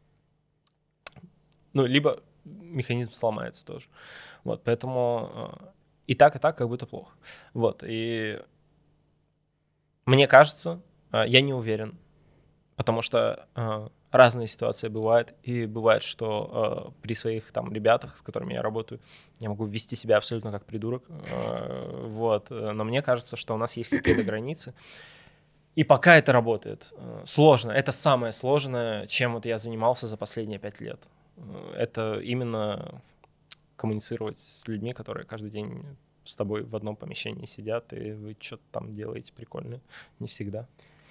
ну, либо механизм сломается тоже. Вот, поэтому э, и так, и так как будто плохо. Вот, и мне кажется, э, я не уверен, потому что э, разные ситуации бывают, и бывает, что э, при своих там ребятах, с которыми я работаю, я могу вести себя абсолютно как придурок, э, вот, но мне кажется, что у нас есть какие-то границы, и пока это работает, э, сложно, это самое сложное, чем вот я занимался за последние пять лет, это именно коммуницировать с людьми, которые каждый день с тобой в одном помещении сидят, и вы что-то там делаете прикольное, не всегда.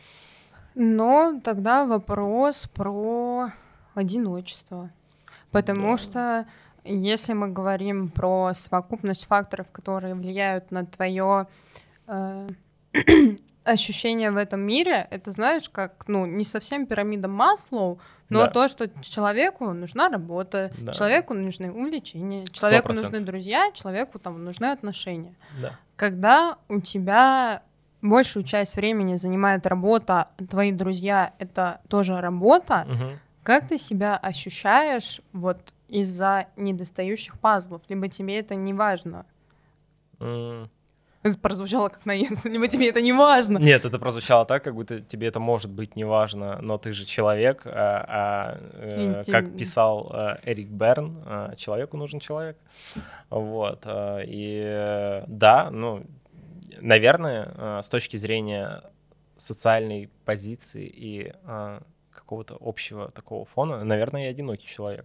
Но тогда вопрос про одиночество. Потому да. что если мы говорим про совокупность факторов, которые влияют на твое э, ощущение в этом мире, это, знаешь, как, ну, не совсем пирамида Маслоу, но да. то, что человеку нужна работа, да. человеку нужны увлечения, человеку сто процентов нужны друзья, человеку там нужны отношения. Да. Когда у тебя большую часть времени занимает работа, твои друзья — это тоже работа, угу. как ты себя ощущаешь вот из-за недостающих пазлов? Либо тебе это не важно? Mm. Это прозвучало как наезд, либо тебе это не важно. Нет, это прозвучало так, как будто тебе это может быть не важно, но ты же человек, а, а э, как писал э, Эрик Берн, э, человеку нужен человек. Вот, э, и э, да, ну, наверное, с точки зрения социальной позиции и э, какого-то общего такого фона, наверное, я одинокий человек.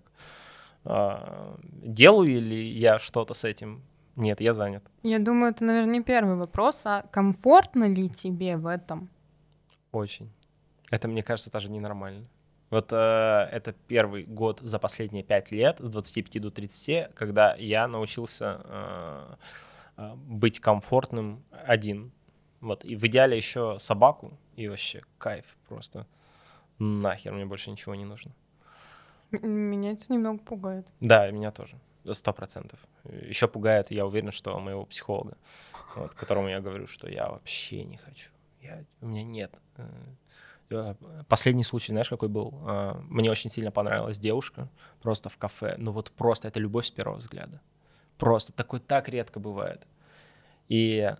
Э, делаю ли я что-то с этим? Нет, я занят. Я думаю, это, наверное, не первый вопрос, а комфортно ли тебе в этом? Очень. Это, мне кажется, даже ненормально. Вот э, это первый год за последние пять лет, с двадцати пяти до тридцати, когда я научился э, быть комфортным один. Вот. И в идеале еще собаку, и вообще кайф просто. Нахер, мне больше ничего не нужно. Меня это немного пугает. Да, меня тоже. Сто процентов. Еще пугает, я уверен, что моего психолога, вот, которому я говорю, что я вообще не хочу. Я, у меня нет. Последний случай, знаешь, какой был? Мне очень сильно понравилась девушка просто в кафе. Ну вот просто это любовь с первого взгляда. Просто такое так редко бывает. И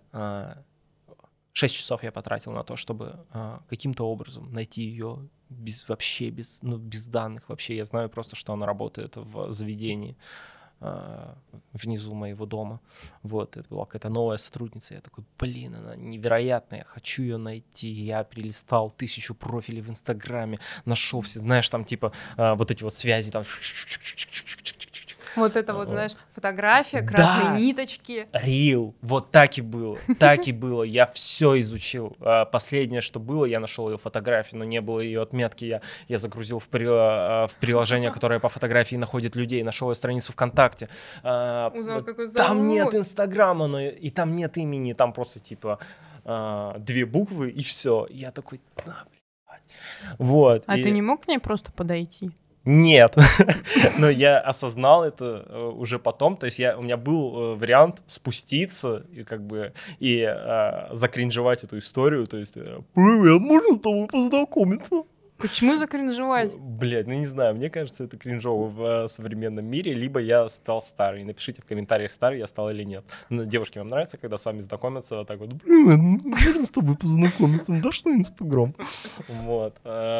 шесть часов я потратил на то, чтобы каким-то образом найти ее без, вообще без, ну, без данных. Вообще я знаю просто, что она работает в заведении внизу моего дома. Вот, это была какая-то новая сотрудница. Я такой, блин, она невероятная, я хочу ее найти. Я перелистал тысячу профилей в Инстаграме, нашел все, знаешь, там типа вот эти вот связи, там... Вот это вот, знаешь, фотография, красные да, ниточки. Рил, вот так и было, так и было. Я все изучил. Последнее, что было, я нашел ее фотографию, но не было ее отметки. Я, я загрузил в, при, в приложение, которое по фотографии находит людей, нашел ее страницу ВКонтакте. Узнал, какой зовут. Там нет Инстаграма, но и там нет имени, там просто типа две буквы и все. Я такой, да, блядь. Вот. А и... ты не мог к ней просто подойти? Нет, но я осознал это уже потом, то есть я, у меня был вариант спуститься и как бы и э, закринжевать эту историю, то есть «Привет, можно с тобой познакомиться?» Почему закринжевать? Блядь, ну не знаю, мне кажется, это кринжово в современном мире, либо я стал старый. Напишите в комментариях, старый я стал или нет. Но девушки, вам нравится, когда с вами знакомятся вот так вот «Привет, можно с тобой познакомиться? Дашь на Инстаграм?» Вот.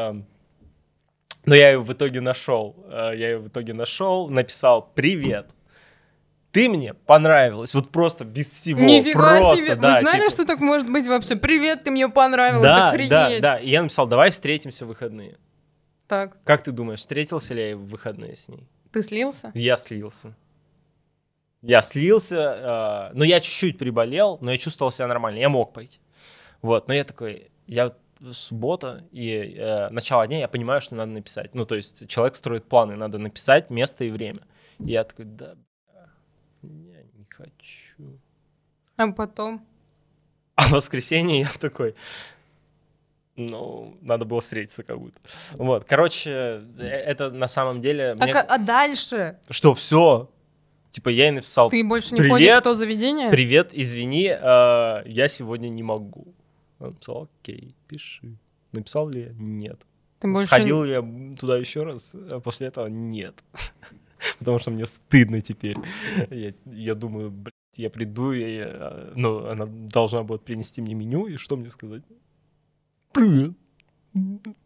Но я ее в итоге нашел. Я ее в итоге нашел, написал «Привет, ты мне понравилась». Вот просто без всего. Нифига просто, себе. да, Вы знали, типа... что так может быть вообще? «Привет, ты мне понравилась», да, охренеть. Да, да, и я написал «Давай встретимся в выходные». Так. Как ты думаешь, встретился ли я в выходные с ней? Ты слился? Я слился. Я слился, э, но я чуть-чуть приболел, но я чувствовал себя нормально, я мог пойти. Вот, но я такой, я... суббота и э, начало дня, я понимаю, что надо написать. Ну, то есть человек строит планы, надо написать место и время. И я такой, да, я не хочу. А потом? А в воскресенье я такой, ну, надо было встретиться как будто. Вот, короче, это на самом деле... Так, мне... а, а дальше? Что, все? Типа я ей написал, ты больше не привет, ходишь в то заведение? Привет, извини, э, я сегодня не могу. Он написал, окей, пиши. Написал ли я? Нет. Ты больше... Сходил ли я туда еще раз? А после этого нет. Потому что мне стыдно теперь. Я, я думаю, блядь, я приду, и я, ну, она должна будет принести мне меню, и что мне сказать? Привет.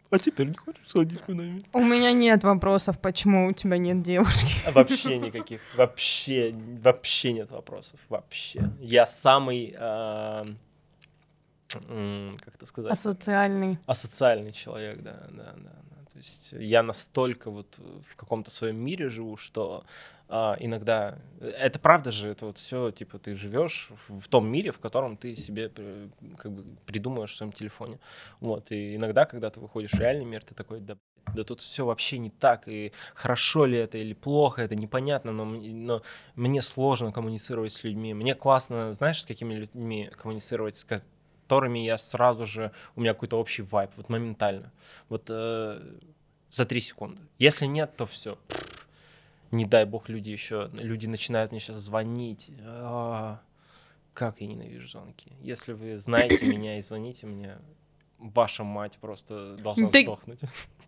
А теперь не хочешь сходить куда-нибудь? У меня нет вопросов, почему у тебя нет девушки. Вообще никаких, вообще, вообще нет вопросов, вообще. Я самый, э, как это сказать? Асоциальный. Асоциальный человек, да, да, да, да. То есть я настолько вот в каком-то своем мире живу, что а, иногда это правда же, это вот все, типа ты живешь в, в том мире, в котором ты себе как бы придумываешь в своем телефоне. Вот, и иногда, когда ты выходишь в реальный мир, ты такой, да, да тут все вообще не так, и хорошо ли это или плохо, это непонятно, но, но мне сложно коммуницировать с людьми. Мне классно, знаешь, с какими людьми коммуницировать, с которыми я сразу же, у меня какой-то общий вайб, вот моментально, вот э, за три секунды. Если нет, то все. Не дай бог люди еще, люди начинают мне сейчас звонить. А-а-а, как я ненавижу звонки. Если вы знаете меня и звоните мне, ваша мать просто должна Ты... сдохнуть.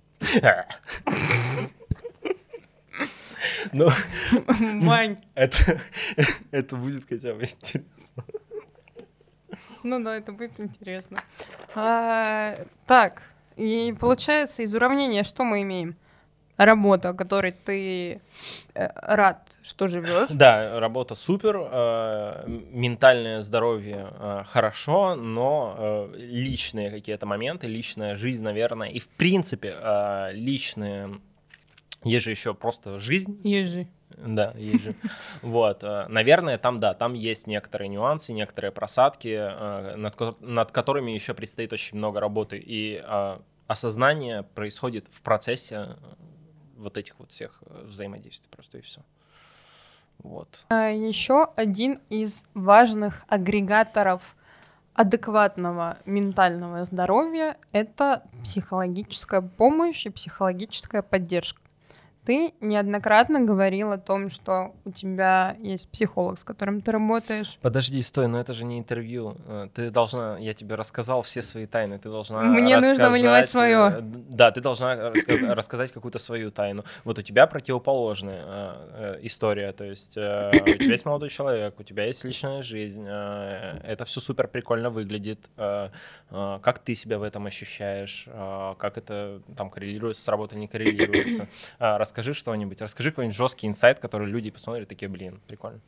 Ну, Вань. Это, это будет хотя бы интересно. Ну да, это будет интересно. А, так, и получается, из уравнения что мы имеем? Работа, которой ты э, рад, что живешь. Да, работа супер, э, ментальное здоровье э, хорошо, но э, личные какие-то моменты, личная жизнь, наверное, и в принципе э, личные, есть же еще просто жизнь. Ежи. Да, есть же. Вот, наверное, там, да, там есть некоторые нюансы, некоторые просадки, над, над которыми еще предстоит очень много работы, и осознание происходит в процессе вот этих вот всех взаимодействий просто, и все. Вот. Еще один из важных агрегаторов адекватного ментального здоровья — это психологическая помощь и психологическая поддержка. Ты неоднократно говорил о том, что у тебя есть психолог, с которым ты работаешь. Подожди, стой, но это же не интервью. Ты должна, я тебе рассказал все свои тайны, ты должна Мне рассказать... нужно выливать свое. Да, ты должна рассказать какую-то свою тайну. Вот у тебя противоположная история, то есть у тебя есть молодой человек, у тебя есть личная жизнь, это все супер прикольно выглядит. Как ты себя в этом ощущаешь? Как это там коррелируется с работой, не коррелируется? Расскажи что-нибудь, расскажи какой-нибудь жесткий инсайт, который люди посмотрят такие, блин, прикольно.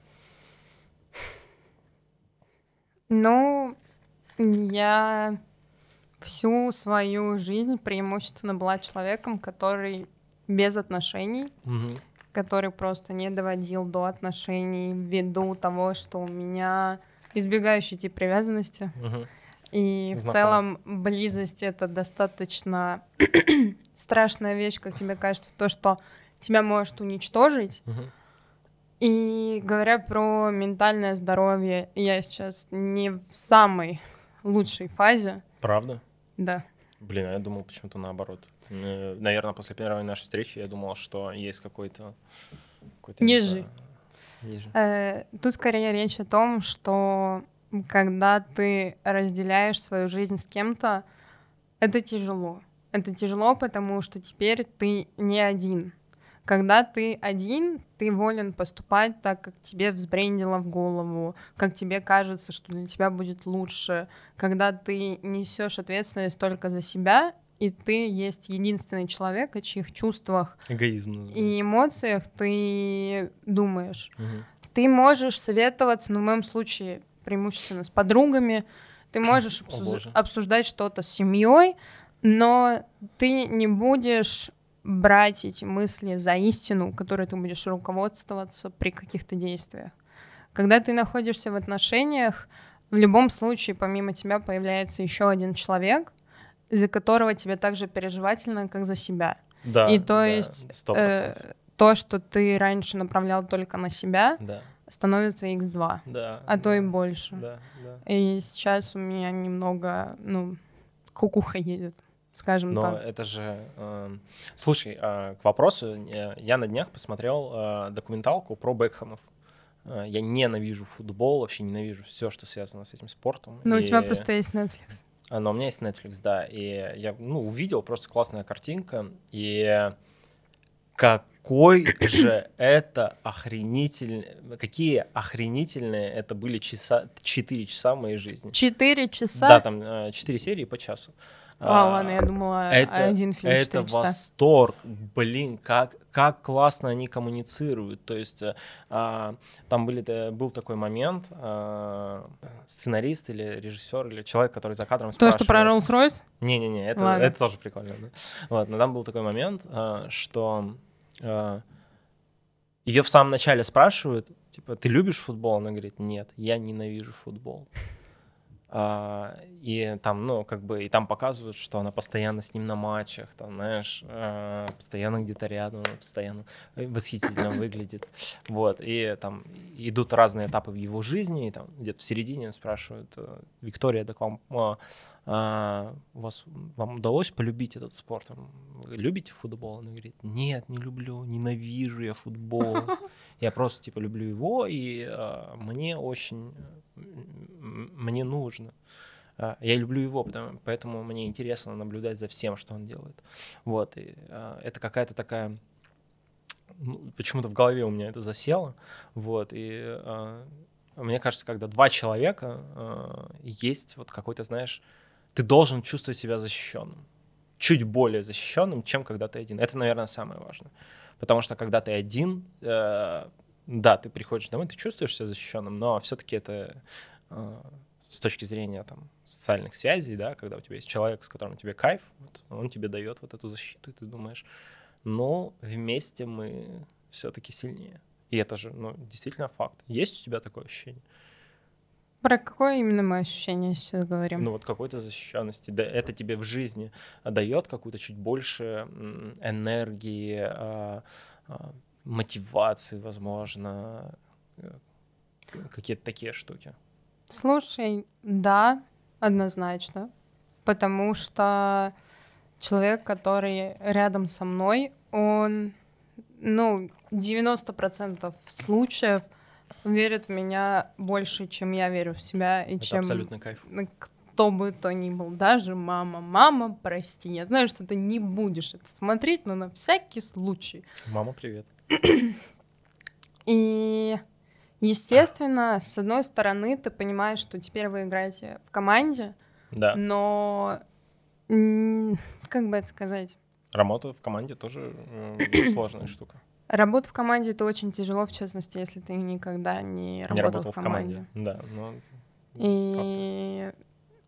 Ну, я всю свою жизнь преимущественно была человеком, который без отношений, угу. который просто не доводил до отношений ввиду того, что у меня избегающий тип привязанности. Угу. И Знакомо. В целом близость — это достаточно страшная вещь, как тебе кажется, то, что тебя может уничтожить. Uh-huh. И говоря про ментальное здоровье, я сейчас не в самой лучшей фазе. Правда? Да. Блин, а я думал почему-то наоборот. Наверное, после первой нашей встречи я думал, что есть какой-то... какой-то Ниже. Ниже. Э, тут скорее речь о том, что когда ты разделяешь свою жизнь с кем-то, это тяжело. Это тяжело, потому что теперь ты не один. Когда ты один, ты волен поступать так, как тебе взбрендило в голову, как тебе кажется, что для тебя будет лучше. Когда ты несешь ответственность только за себя, и ты есть единственный человек, о чьих чувствах Эгоизм называется. И эмоциях ты думаешь. Угу. Ты можешь советоваться, но в моем случае преимущественно с подругами, ты можешь обсуж... обсуждать что-то с семьей, но ты не будешь брать эти мысли за истину, которой ты будешь руководствоваться при каких-то действиях. Когда ты находишься в отношениях, в любом случае помимо тебя появляется еще один человек, из-за которого тебе так же переживательно, как за себя. Да, И то да, есть э, то, что ты раньше направлял только на себя, да. становится икс два, да, а да, то и больше. Да, да. И сейчас у меня немного, ну, кукуха едет, скажем Но так. Но это же... Э, слушай, э, к вопросу, я на днях посмотрел э, документалку про Бекхэмов. Э, я ненавижу футбол, вообще ненавижу все, что связано с этим спортом. Ну, и... у тебя просто есть Netflix. А, но у меня есть Netflix, да, и я, ну, увидел просто классная картинка, и какой же это охренительный, какие охренительные это были часа, четыре часа в моей жизни. Четыре часа? Да, там четыре серии по часу. А, ладно, я думала, это, один фильм это четыре часа. восторг, блин, как, как классно они коммуницируют. То есть а, там были, был такой момент, а, сценарист или режиссер, или человек, который за кадром То, спрашивает... что про Роллс-Ройс? Не-не-не, это, это тоже прикольно. Да? Вот, но там был такой момент, а, что а, ее в самом начале спрашивают, типа, ты любишь футбол? Она говорит, нет, я ненавижу футбол. Uh, и там, ну, как бы, и там показывают, что она постоянно с ним на матчах, там, знаешь, uh, постоянно где-то рядом, постоянно восхитительно выглядит, вот, и там идут разные этапы в его жизни, и там где-то в середине спрашивают, Виктория, так вам, uh, uh, вас, вам удалось полюбить этот спорт? Вы любите футбол? Она говорит, нет, не люблю, ненавижу я футбол, я просто, типа, люблю его, и uh, мне очень, мне нужно. Я люблю его, потому, поэтому мне интересно наблюдать за всем, что он делает. Вот, и а, это какая-то такая... Ну, почему-то в голове у меня это засело. Вот, и а, мне кажется, когда два человека а, есть вот какой-то, знаешь, ты должен чувствовать себя защищенным. Чуть более защищенным, чем когда ты один. Это, наверное, самое важное. Потому что когда ты один, а, да, ты приходишь домой, ты чувствуешь себя защищенным, но все-таки это... А, с точки зрения там социальных связей, да, когда у тебя есть человек, с которым тебе кайф, вот, он тебе дает вот эту защиту, и ты думаешь, ну, вместе мы все-таки сильнее. И это же, ну, действительно факт. Есть у тебя такое ощущение? Про какое именно мы ощущение сейчас говорим? Ну, вот какой-то защищенности. Да, это тебе в жизни дает какую-то чуть больше энергии, мотивации, возможно, какие-то такие штуки. Слушай, да, однозначно, потому что человек, который рядом со мной, он, ну, девяносто процентов случаев верит в меня больше, чем я верю в себя, и это чем абсолютный кайф. Кто бы то ни был, даже мама. Мама, прости, я знаю, что ты не будешь это смотреть, но на всякий случай. Мама, привет. И... Естественно, с одной стороны, ты понимаешь, что теперь вы играете в команде, да. но как бы это сказать? Работа в команде тоже э, сложная штука. Работа в команде — это очень тяжело, в частности, если ты никогда не работал, не работал в команде. В команде. Да, но... И факт.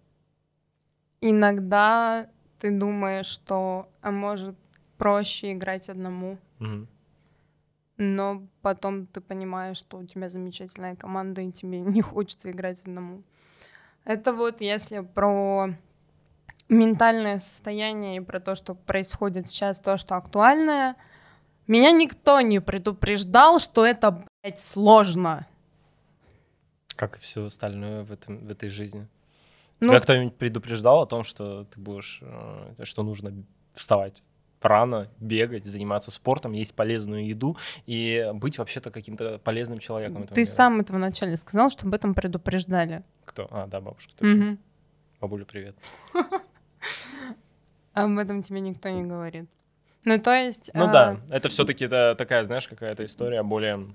Иногда ты думаешь, что, а может, проще играть одному. Угу. Но потом ты понимаешь, что у тебя замечательная команда, и тебе не хочется играть одному. Это вот если про ментальное состояние и про то, что происходит сейчас, то, что актуальное. Меня никто не предупреждал, что это, блядь, сложно. Как и все остальное в, этом, в этой жизни. Ну, Тебя кто-нибудь предупреждал о том, что ты будешь, что нужно вставать рано, бегать, заниматься спортом, есть полезную еду и быть вообще-то каким-то полезным человеком. Ты сам это вначале сказал, что об этом предупреждали. Кто? А, да, бабушка, точно. Угу. Бабуля, привет. Об этом тебе никто не говорит. Ну, то есть... Ну а... да, это все-таки такая, знаешь, какая-то история более...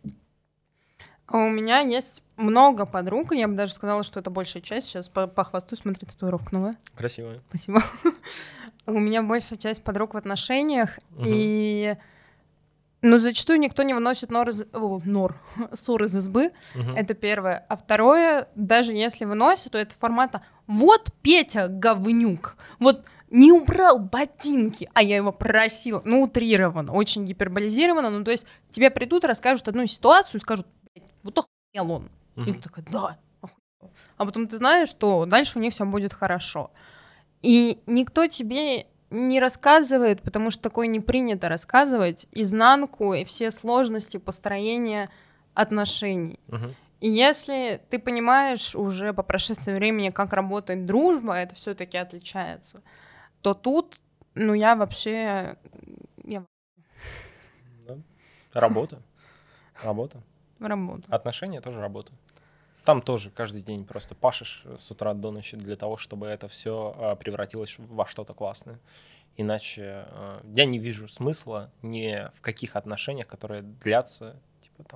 У меня есть много подруг, и я бы даже сказала, что это большая часть. Сейчас похвастаюсь, смотри, татуировка новая. Красивая. Спасибо. У меня большая часть подруг в отношениях, угу. и... Ну, зачастую никто не выносит нор, из... О, нор. ссор из избы, угу. Это первое. А второе, даже если выносит, то это формата «Вот Петя говнюк, вот не убрал ботинки, а я его просила». Ну, утрированно, очень гиперболизированно. Ну, то есть тебе придут, расскажут одну ситуацию и скажут: вот охуел он. Угу. И ты такая: да, охуел. А потом ты знаешь, что дальше у них все будет хорошо. И никто тебе не рассказывает, потому что такое не принято рассказывать, изнанку и все сложности построения отношений. Угу. И если ты понимаешь уже по прошествии времени, как работает дружба, это все-таки отличается, то тут, ну, я вообще... Я... Да. Работа. Работа. Работа. Отношения тоже работа. Там тоже каждый день просто пашешь с утра до ночи для того, чтобы это все превратилось во что-то классное. Иначе я не вижу смысла ни в каких отношениях, которые длятся типа там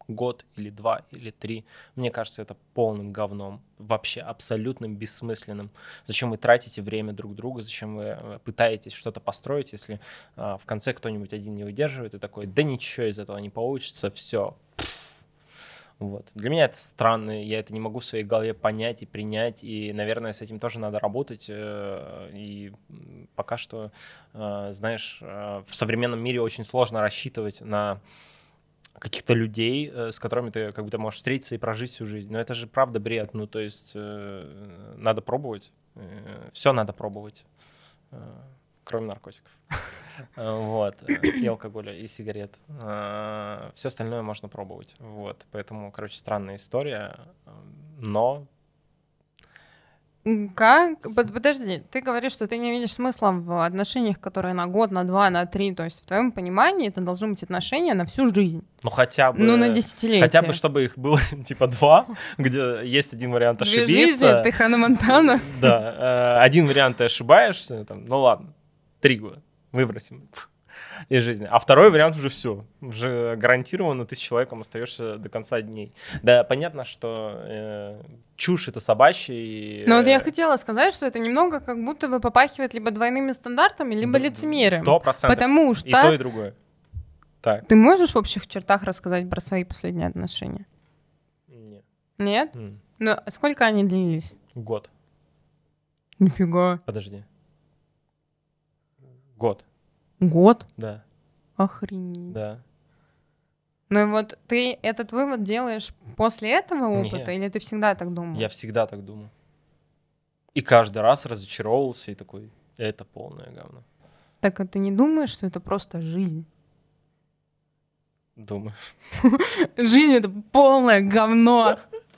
год или два или три. Мне кажется, это полным говном, вообще абсолютным бессмысленным. Зачем вы тратите время друг друга, зачем вы пытаетесь что-то построить, если а, в конце кто-нибудь один не выдерживает и такой, да ничего из этого не получится, все. Вот. Для меня это странно, я это не могу в своей голове понять и принять, и, наверное, с этим тоже надо работать. И пока что, знаешь, в современном мире очень сложно рассчитывать на каких-то людей, с которыми ты как будто можешь встретиться и прожить всю жизнь. Но это же правда бред. Ну, то есть надо пробовать. Все надо пробовать, кроме наркотиков. Вот, и алкоголя, и сигарет. Все остальное можно пробовать. Вот, поэтому, короче, странная история, но... Как? Подожди, ты говоришь, что ты не видишь смысла в отношениях, которые на год, на два, на три. То есть в твоем понимании это должны быть отношения на всю жизнь. Ну хотя бы... Ну на десятилетие. Хотя бы, чтобы их было типа два, где есть один вариант ошибиться. Две жизни, ты Ханна Монтана. Да, один вариант ты ошибаешься, там, ну ладно, три года. Выбросим из жизни. А второй вариант уже все. Уже гарантированно ты с человеком остаешься до конца дней. Да, понятно, что э, чушь это собачья. И, э... Но вот я хотела сказать, что это немного как будто бы попахивает либо двойными стандартами, либо Д- лицемерием. Сто процентов. Потому что... И то, и другое. Так. Ты можешь в общих чертах рассказать про свои последние отношения? Нет. Нет? Mm. Ну, а сколько они длились? Год. Нифига. Подожди. Год. Год? Да. Охренеть. Да. Ну и вот ты этот вывод делаешь после этого опыта, Нет. или ты всегда так думал? Я всегда так думал. И каждый раз разочаровывался и такой, это полное говно. Так а ты не думаешь, что это просто жизнь? Думаю. Жизнь — это полное говно.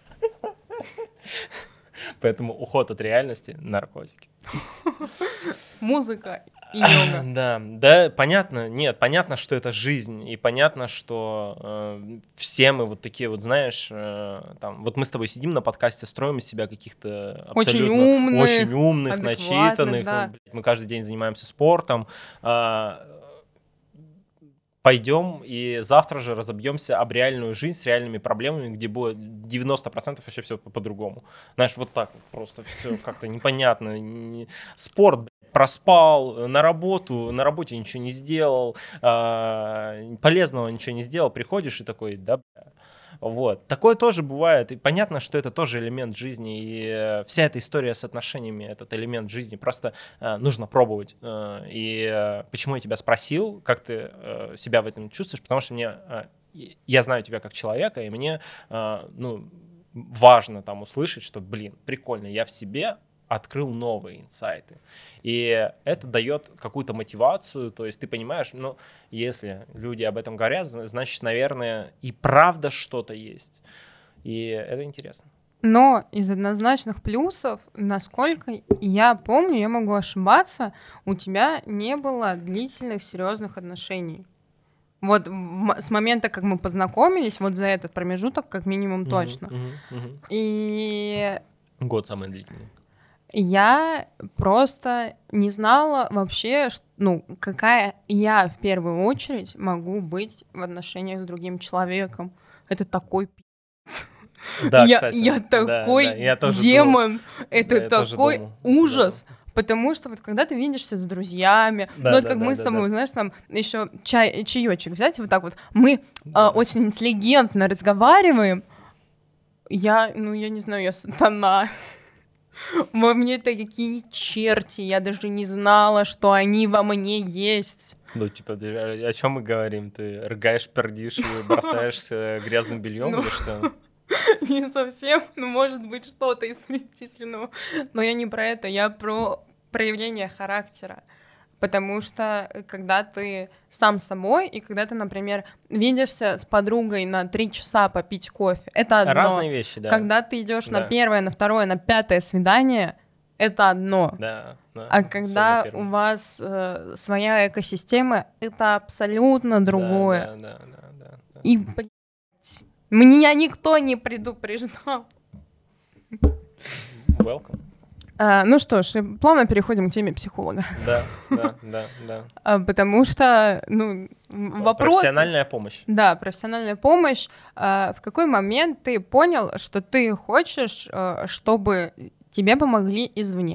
Поэтому уход от реальности — наркотики. Музыка и йога. Да, да, понятно, нет, понятно, что это жизнь, и понятно, что э, все мы вот такие вот, знаешь, э, там, вот мы с тобой сидим на подкасте, строим из себя каких-то абсолютно очень умных, очень умных начитанных, да. мы, мы каждый день занимаемся спортом, э, пойдем и завтра же разобьемся об реальную жизнь с реальными проблемами, где было девяносто процентов вообще все по-другому. Знаешь, вот так вот просто все как-то непонятно. Спорт, проспал, на работу, на работе ничего не сделал, полезного ничего не сделал, приходишь и такой, да, вот. Такое тоже бывает, и понятно, что это тоже элемент жизни, и вся эта история с отношениями, этот элемент жизни, просто э, нужно пробовать. Э, и э, почему я тебя спросил, как ты э, себя в этом чувствуешь, потому что мне, э, я знаю тебя как человека, и мне, э, ну, важно там услышать, что, блин, прикольно, я в себе открыл новые инсайты. И это дает какую-то мотивацию, то есть ты понимаешь, ну, если люди об этом говорят, значит, наверное, и правда что-то есть. И это интересно. Но из однозначных плюсов, насколько я помню, я могу ошибаться, у тебя не было длительных серьезных отношений. Вот с момента, как мы познакомились, вот за этот промежуток, как минимум, точно. Uh-huh, uh-huh, uh-huh. И... Год самый длительный. Я просто не знала вообще, ну, какая я в первую очередь могу быть в отношениях с другим человеком. Это такой пи***ц. Да, я, кстати, я такой да, да, я демон, это да, такой ужас. Да. Потому что вот когда ты видишься с друзьями, да, ну вот да, как да, мы да, с тобой, да. знаешь, там еще чай, чаечек взять, вот так вот, мы да. э, очень интеллигентно разговариваем. Я, ну я не знаю, я сатана. Во мне такие черти, я даже не знала, что они во мне есть. Ну, типа, ты, о чем мы говорим? Ты рыгаешь, пердишь и бросаешься грязным бельем или что? Не совсем, ну, может быть, что-то из перечисленного. Но я не про это, я про проявление характера. Потому что когда ты сам собой, и когда ты, например, видишься с подругой на три часа попить кофе, это одно. Разные вещи, да. Когда ты идешь да. на первое, на второе, на пятое свидание, это одно. Да, да. А когда у вас э, своя экосистема, это абсолютно другое. Да, да, да, да, да, да. И, блядь, меня никто не предупреждал. Welcome. А, ну что ж, плавно переходим к теме психолога. Да, да, да, да. А, потому что, ну, вопрос... Профессиональная помощь. Да, профессиональная помощь. А, в какой момент ты понял, что ты хочешь, а, чтобы тебе помогли извне?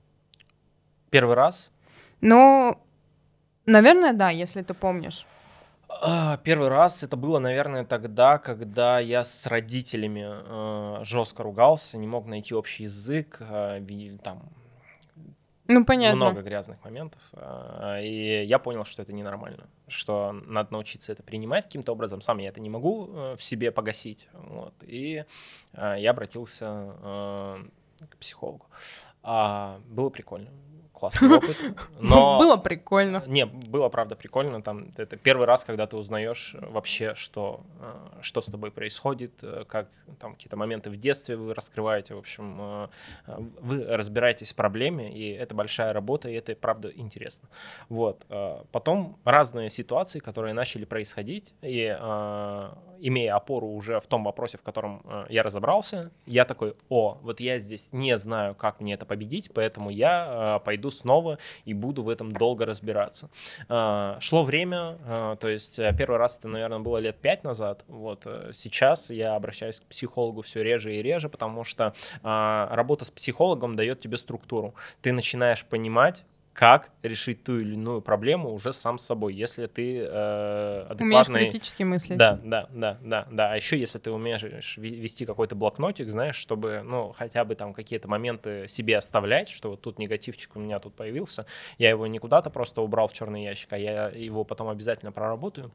Первый раз? Ну, наверное, да, если ты помнишь. Первый раз это было, наверное, тогда, когда я с родителями э, жестко ругался, не мог найти общий язык, э, ви- там Ну, понятно. много грязных моментов, э, и я понял, что это ненормально, что надо научиться это принимать каким-то образом. Сам я это не могу э, в себе погасить, вот, и э, я обратился э, к психологу. А, было прикольно. Классный опыт, но... Было прикольно. Не, было, правда, прикольно. Там, это первый раз, когда ты узнаешь вообще, что, что с тобой происходит, как там какие-то моменты в детстве вы раскрываете. В общем, вы разбираетесь в проблеме, и это большая работа, и это, правда, интересно. Вот. Потом разные ситуации, которые начали происходить, и имея опору уже в том вопросе, в котором я разобрался, я такой: о, вот я здесь не знаю, как мне это победить, поэтому я пойду снова и буду в этом долго разбираться. Шло время, то есть первый раз это, наверное, было лет пять назад. Вот сейчас я обращаюсь к психологу все реже и реже, потому что работа с психологом дает тебе структуру. Ты начинаешь понимать, как решить ту или иную проблему уже сам собой, если ты э, адекватный... Умеешь критически мыслить. Да, да, да, да, да. А еще если ты умеешь вести какой-то блокнотик, знаешь, чтобы, ну, хотя бы там какие-то моменты себе оставлять, что вот тут негативчик у меня тут появился, я его не куда-то просто убрал в черный ящик, а я его потом обязательно проработаю.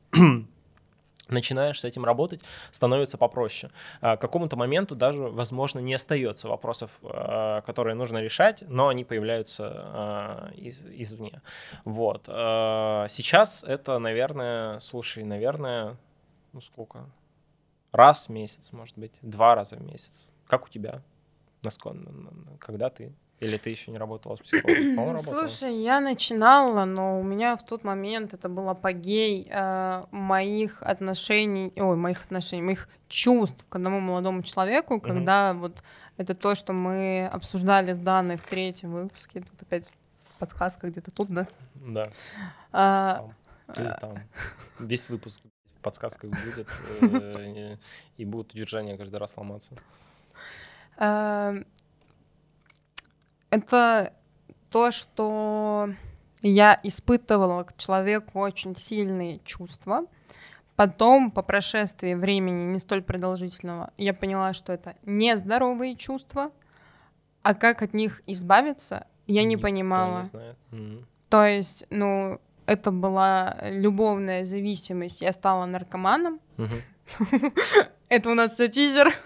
Начинаешь с этим работать, становится попроще. К какому-то моменту даже, возможно, не остается вопросов, которые нужно решать, но они появляются из, извне. Вот. Сейчас это, наверное, слушай, наверное, ну сколько? Раз в месяц, может быть, два раза в месяц. Как у тебя? Насколько, когда ты? Или ты еще не работала с психологом? По-моему, работала. Слушай, я начинала, но у меня в тот момент это был апогей э, моих отношений, ой, моих отношений, моих чувств к одному молодому человеку, uh-huh. когда вот это то, что мы обсуждали с Даной в третьем выпуске, тут опять подсказка где-то тут, да? Да. А, там. Или там. Весь выпуск в подсказках будет, и будут удержания каждый раз ломаться. Это то, что я испытывала к человеку очень сильные чувства. Потом, по прошествии времени не столь продолжительного, я поняла, что это нездоровые чувства, а как от них избавиться, я не Никто понимала. Не знает. Mm-hmm. То есть, ну, это была любовная зависимость. Я стала наркоманом. Mm-hmm. Это у нас все тизер.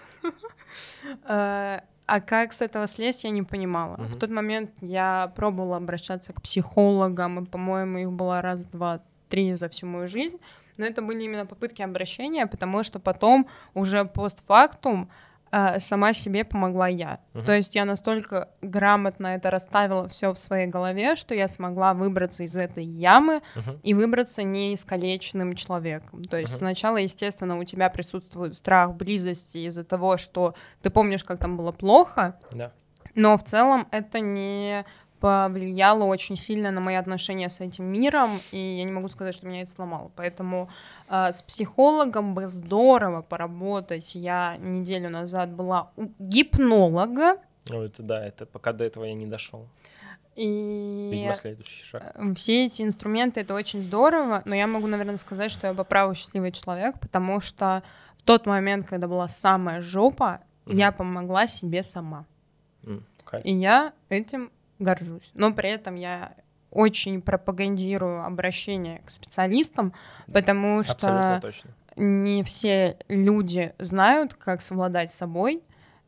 А как с этого слезть, я не понимала. Uh-huh. В тот момент я пробовала обращаться к психологам, и, по-моему, их было раз, два, три за всю мою жизнь. Но это были именно попытки обращения, потому что потом уже постфактум э, сама себе помогла я. Uh-huh. То есть я настолько грамотно это расставила все в своей голове, что я смогла выбраться из этой ямы uh-huh. и выбраться не искалеченным человеком. То есть uh-huh. сначала, естественно, у тебя присутствует страх близости из-за того, что ты помнишь, как там было плохо, yeah. но в целом это не повлияло очень сильно на мои отношения с этим миром, и я не могу сказать, что меня это сломало. Поэтому э, с психологом бы здорово поработать. Я неделю назад была у гипнолога. О, это да, это пока до этого я не дошел. И Видимо, следующий шаг. Все эти инструменты — это очень здорово, но я могу, наверное, сказать, что я по праву счастливый человек, потому что в тот момент, когда была самая жопа, mm-hmm. я помогла себе сама. Mm, okay. И я этим горжусь. Но при этом я очень пропагандирую обращение к специалистам, потому что не все люди знают, как совладать с собой.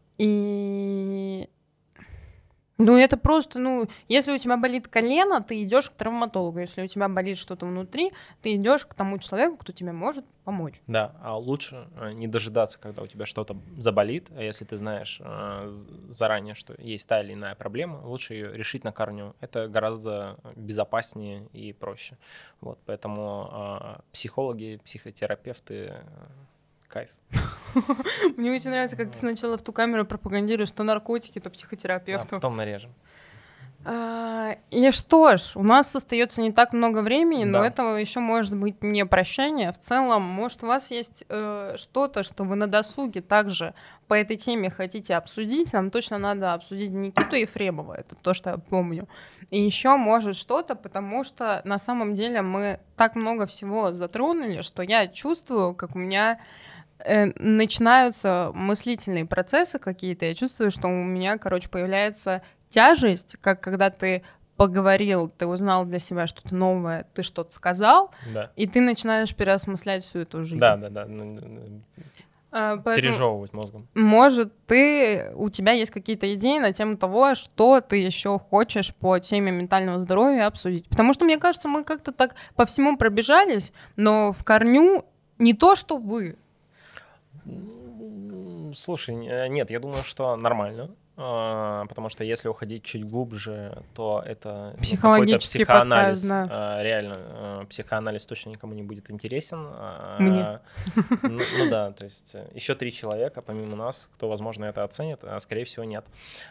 И ну, это просто, ну, если у тебя болит колено, ты идешь к травматологу. Если у тебя болит что-то внутри, ты идешь к тому человеку, кто тебе может помочь. Да, а лучше не дожидаться, когда у тебя что-то заболит. А если ты знаешь заранее, что есть та или иная проблема, лучше ее решить на корню. Это гораздо безопаснее и проще. Вот, поэтому психологи, психотерапевты, кайф. Мне очень нравится, как ты сначала в ту камеру пропагандируешь то наркотики, то психотерапевту. А потом нарежем. А, и что ж, у нас остается не так много времени, но Да. этого еще может быть не прощание. В целом, может, у вас есть э, что-то, что вы на досуге также по этой теме хотите обсудить. Нам точно надо обсудить Никиту Ефремова, это то, что я помню. И еще может что-то, потому что на самом деле мы так много всего затронули, что я чувствую, как у меня э, начинаются мыслительные процессы какие-то. Я чувствую, что у меня, короче, появляется тяжесть, как когда ты поговорил, ты узнал для себя что-то новое, ты что-то сказал, Да. и ты начинаешь переосмыслять всю эту жизнь. Да, да, да. А, поэтому, пережевывать мозгом. Может, ты, у тебя есть какие-то идеи на тему того, что ты еще хочешь по теме ментального здоровья обсудить? Потому что, мне кажется, мы как-то так по всему пробежались, но в корню не то, что вы. Слушай, нет, я думаю, что нормально. Потому что если уходить чуть глубже, то это психологический ну, психоанализ. Подкаст, да. Реально, психоанализ точно никому не будет интересен. Мне. Ну, ну да, то есть еще три человека, помимо нас, кто, возможно, это оценит, а скорее всего нет.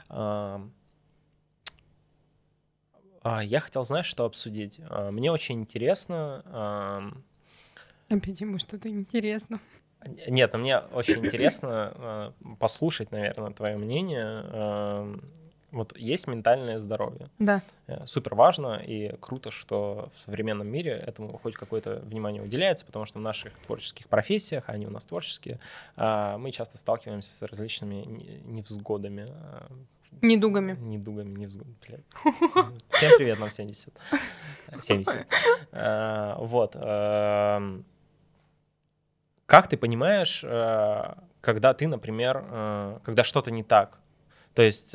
Я хотел, знаешь, что обсудить? Мне очень интересно... Опять ему что-то интересно. Нет, но мне очень интересно э, послушать, наверное, твое мнение. Э, вот есть ментальное здоровье. Да. Э, супер важно и круто, что в современном мире этому хоть какое-то внимание уделяется, потому что в наших творческих профессиях, они у нас творческие, э, мы часто сталкиваемся с различными невзгодами. Э, Недугами. Недугами, невзгодами. Всем привет, нам семьдесят. семьдесят. Э, вот. Э, Как ты понимаешь, когда ты, например, когда что-то не так? То есть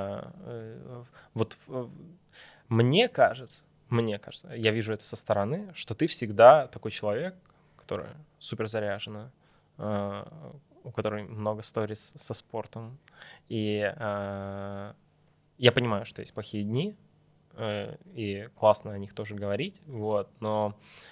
вот мне кажется, мне кажется, я вижу это со стороны, что ты всегда такой человек, который супер заряжена, у которой много сторис со спортом. И я понимаю, что есть плохие дни, и классно о них тоже говорить, вот, но...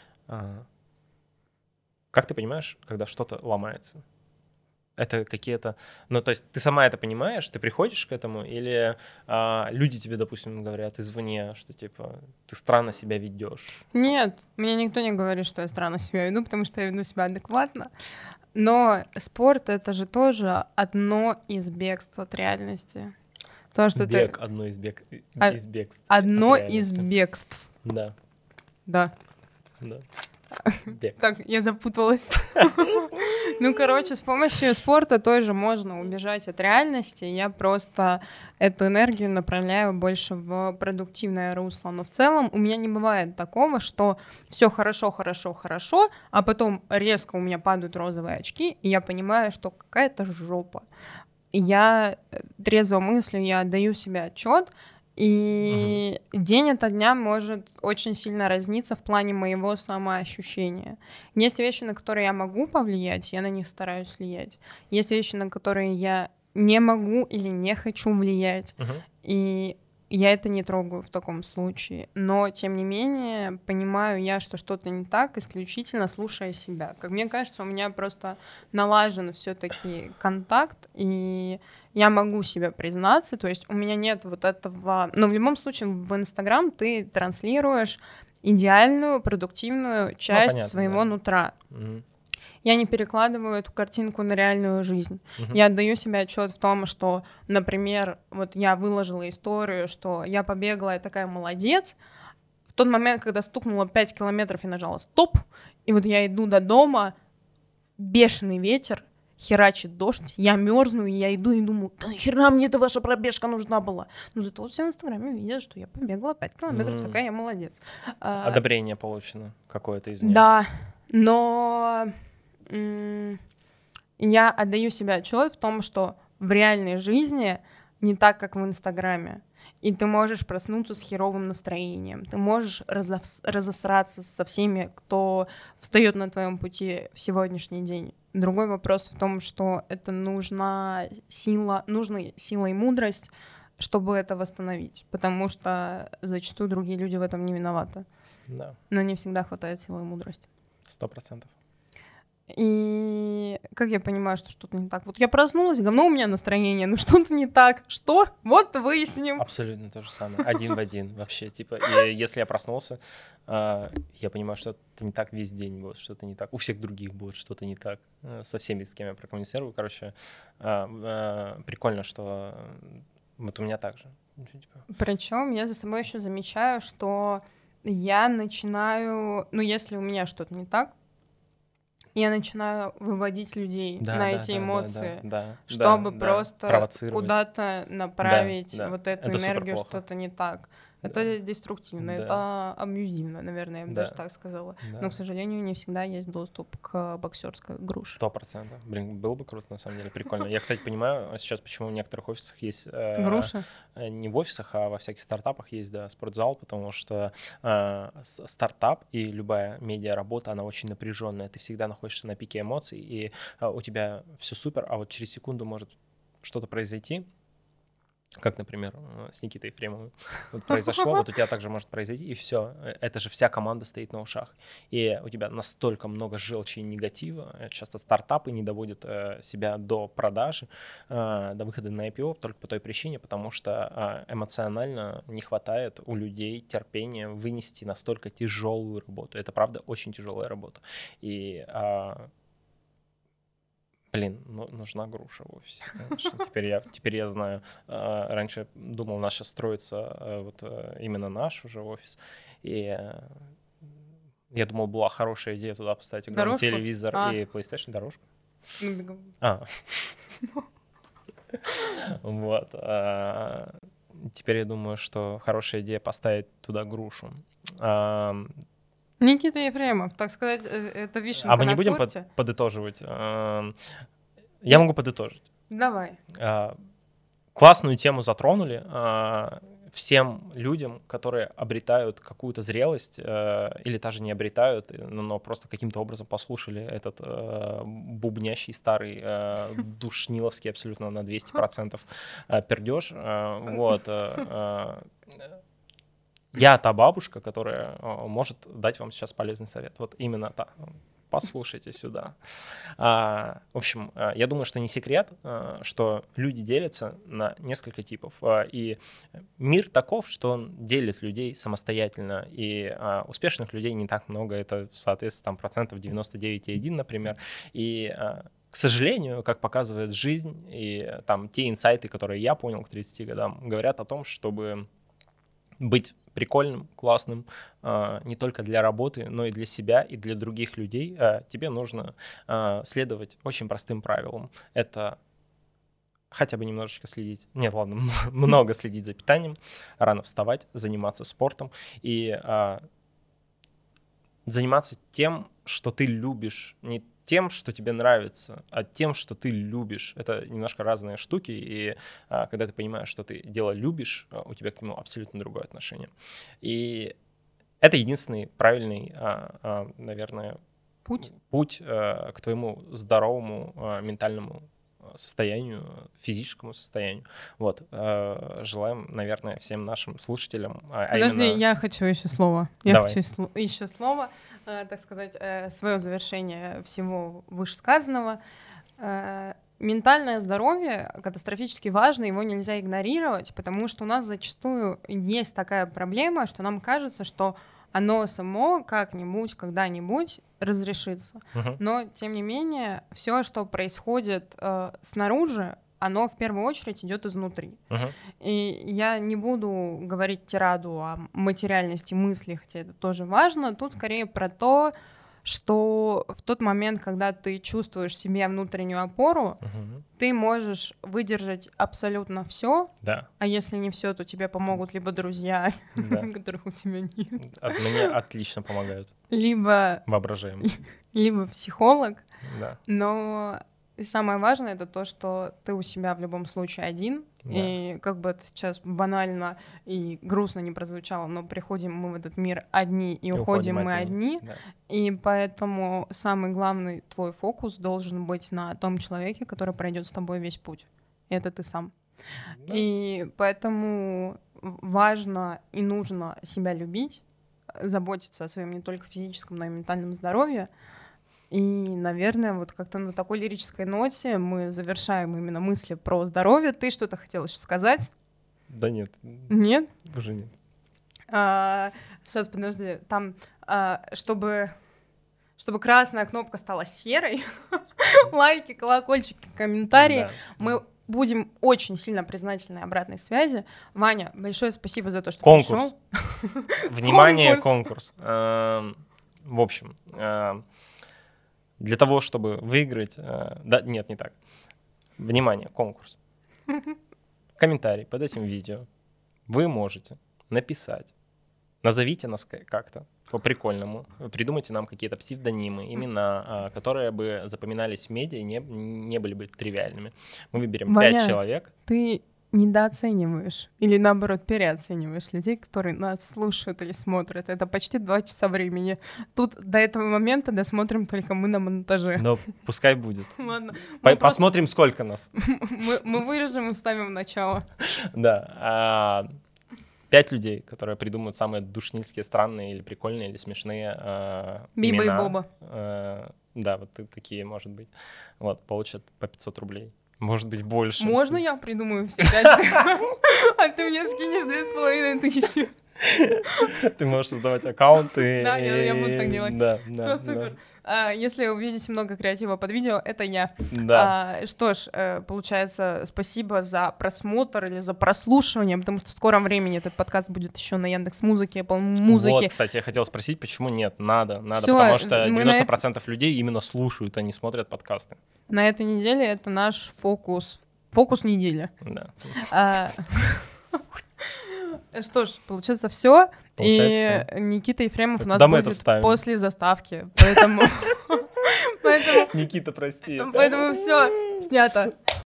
Как ты понимаешь, когда что-то ломается? Это какие-то... Ну, то есть ты сама это понимаешь, ты приходишь к этому, или а, люди тебе, допустим, говорят извне, что, типа, ты странно себя ведешь? Нет, мне никто не говорит, что я странно себя веду, потому что я веду себя адекватно. Но спорт — это же тоже одно из бегств от реальности. То, что Бег — ты... одно из, бег... а... из бегств. Одно из бегств. Да. Да. Да. Бег. Так, я запуталась. Ну, короче, с помощью спорта тоже можно убежать от реальности. Я просто эту энергию направляю больше в продуктивное русло. Но в целом у меня не бывает такого, что все хорошо, хорошо, хорошо, а потом резко у меня падают розовые очки, и я понимаю, что какая-то жопа. И я трезво мыслю, я отдаю себе отчет. И угу. день ото дня может очень сильно разниться в плане моего самоощущения. Есть вещи, на которые я могу повлиять, я на них стараюсь влиять. Есть вещи, на которые я не могу или не хочу влиять. Угу. И я это не трогаю в таком случае. Но, тем не менее, понимаю я, что что-то не так, исключительно слушая себя. Как мне кажется, у меня просто налажен все-таки контакт, и я могу себе признаться, то есть у меня нет вот этого... Но в любом случае в Инстаграм ты транслируешь идеальную, продуктивную часть ну, понятно, своего да. нутра. Угу. Я не перекладываю эту картинку на реальную жизнь. Uh-huh. Я отдаю себе отчет в том, что, например, вот я выложила историю, что я побегала, я такая молодец. В тот момент, когда стукнуло пять километров, я нажала стоп, и вот я иду до дома, бешеный ветер, херачит дождь, я мерзну, и я иду и думаю, да нахера мне эта ваша пробежка нужна была? Ну зато все в Инстаграме видят, что я побегала пять километров, mm. такая я молодец. Одобрение получено какое-то из меня. Да, но... я отдаю себе отчет в том, что в реальной жизни не так, как в Инстаграме. И ты можешь проснуться с херовым настроением, ты можешь разос- разосраться со всеми, кто встает на твоем пути в сегодняшний день. Другой вопрос в том, что это нужна сила, нужна сила и мудрость, чтобы это восстановить, потому что зачастую другие люди в этом не виноваты. Да. Но не всегда хватает силы и мудрости. Сто процентов. И как я понимаю, что что-то не так? Вот я проснулась, говно у меня настроение, ну что-то не так. Что? Вот выясним. Абсолютно то же самое. Один в один вообще. Типа, и если я проснулся, а, я понимаю, что это не так весь день будет, что-то не так. У всех других будет что-то не так. Со всеми, с кем я прокоммуницирую. Короче, а, а, прикольно, что вот у меня так же. Причем я за собой еще замечаю, что я начинаю, ну если у меня что-то не так, я начинаю выводить людей да, на да, эти да, эмоции, да, да, чтобы да, просто куда-то направить да, да. вот эту Это энергию, что-то не так. Это да. деструктивно, да. это абьюзивно, наверное, я бы да. даже так сказала. Да. Но, к сожалению, не всегда есть доступ к боксерской груше. Сто процентов. Блин, было бы круто, на самом деле, прикольно. Я, кстати, понимаю сейчас, почему в некоторых офисах есть... Э, Груша? Не в офисах, а во всяких стартапах есть, да, спортзал, потому что э, стартап и любая медиа-работа, она очень напряженная. Ты всегда находишься на пике эмоций, и э, у тебя все супер, а вот через секунду может что-то произойти, как, например, с Никитой Ефремовым вот произошло, вот у тебя также может произойти, и все. Это же вся команда стоит на ушах. И у тебя настолько много желчи и негатива. Часто стартапы не доводят э, себя до продажи, э, до выхода на ай пи о только по той причине, потому что э, эмоционально не хватает у людей терпения вынести настолько тяжелую работу. Это, правда, очень тяжелая работа. И... Э, Блин, ну, нужна груша в офисе. Теперь я, теперь я знаю. А, раньше думал, у нас сейчас строится а, вот а, именно наш уже офис. И а, я думал, была хорошая идея туда поставить огромный телевизор а. и PlayStation дорожку. Ну, а. Вот. А, теперь я думаю, что хорошая идея поставить туда грушу. А, Никита Ефремов, так сказать, это вишенка А мы на не будем торте? под, подытоживать? Я могу подытожить. Давай. Классную тему затронули. Всем людям, которые обретают какую-то зрелость или даже не обретают, но просто каким-то образом послушали этот бубнящий старый душниловский абсолютно на двести процентов пердеж. Вот. Я та бабушка, которая может дать вам сейчас полезный совет. Вот именно та. Послушайте сюда. А, в общем, я думаю, что не секрет, что люди делятся на несколько типов. И мир таков, что он делит людей самостоятельно. И а, успешных людей не так много. Это, соответственно, там, процентов девяносто девять и один, например. И а, к сожалению, как показывает жизнь, и там те инсайты, которые я понял к тридцати годам, говорят о том, чтобы быть прикольным, классным, э, не только для работы, но и для себя и для других людей, э, тебе нужно э, следовать очень простым правилам. Это хотя бы немножечко следить, нет, ладно, много следить за питанием, рано вставать, заниматься спортом и э, заниматься тем, что ты любишь, не тем, что тебе нравится, а тем, что ты любишь. Это немножко разные штуки, и а, когда ты понимаешь, что ты дело любишь, у тебя к нему абсолютно другое отношение. И это единственный правильный, а, а, наверное, путь, путь а, к твоему здоровому а, ментальному состоянию, физическому состоянию. Вот. Желаем, наверное, всем нашим слушателям... Подожди, а именно... я хочу еще слово. Я Давай. хочу еще слово, так сказать, свое завершение всего вышесказанного. Ментальное здоровье катастрофически важно, его нельзя игнорировать, потому что у нас зачастую есть такая проблема, что нам кажется, что оно само как-нибудь, когда-нибудь разрешится. Uh-huh. Но, тем не менее, все, что происходит э, снаружи, оно в первую очередь идет изнутри. Uh-huh. И я не буду говорить тираду о материальности мысли, хотя это тоже важно. Тут скорее про то, что в тот момент, когда ты чувствуешь в себе внутреннюю опору, uh-huh. ты можешь выдержать абсолютно все, да. А если не все, то тебе помогут либо друзья, да. которых у тебя нет. От мне отлично помогают. Либо... Воображаем. Либо психолог. Да. Но самое важное — это то, что ты у себя в любом случае один. Да. И как бы это сейчас банально и грустно не прозвучало, но приходим мы в этот мир одни и, и уходим, уходим мы одни. одни. Да. И поэтому самый главный твой фокус должен быть на том человеке, который пройдет с тобой весь путь. И это ты сам. Да. И поэтому важно и нужно себя любить, заботиться о своем не только физическом, но и ментальном здоровье. И, наверное, вот как-то на такой лирической ноте мы завершаем именно мысли про здоровье. Ты что-то хотел еще сказать? Да нет. Нет? Уже нет. А, сейчас, подожди. Там, а, чтобы, чтобы красная кнопка стала серой, лайки, колокольчики, комментарии. Да. Мы будем очень сильно признательны обратной связи. Ваня, большое спасибо за то, что Конкурс. пришел. Внимание, конкурс. Эм, В общем, эм, для того, чтобы выиграть... э, Да, нет, не так. Внимание, конкурс. Комментарий под этим видео вы можете написать. Назовите нас к- как-то по-прикольному. Придумайте нам какие-то псевдонимы, имена, а, которые бы запоминались в медиа и не, не были бы тривиальными. Мы выберем Ваня, пять человек. Ты недооцениваешь или, наоборот, переоцениваешь людей, которые нас слушают или смотрят. Это почти два часа времени. Тут до этого момента досмотрим только мы на монтаже. Но пускай будет. Ладно. По- мы просто- Посмотрим, сколько нас. Мы, мы вырежем и вставим в начало. Да. а, Пять людей, которые придумают самые душнильские, странные или прикольные, или смешные а, Биба и имена. Боба. А, Да, вот ты- такие, может быть. Вот, получат по пятьсот рублей. Может быть, больше. Можно я придумаю все пять? А ты мне скинешь две с половиной тысячи. Ты можешь создавать аккаунты. Да, я- я буду и- так делать. Да, Все да, супер. А, Если увидите много креатива под видео, это я. Да. А, Что ж, э, получается, спасибо за просмотр или за прослушивание, потому что в скором времени этот подкаст будет еще на Яндекс.Музыке, Apple Вот, Музыке. кстати, я хотел спросить, почему нет? Надо, надо, Всё, потому что мы на девяносто это- процентов людей именно слушают, а не смотрят подкасты. На этой неделе это наш фокус. Фокус недели. Да. А, Что ж, получается, все. Получается И Никита Ефремов у А нас куда мы это будет вставим? после заставки. Поэтому поэтому Никита, прости. поэтому все снято.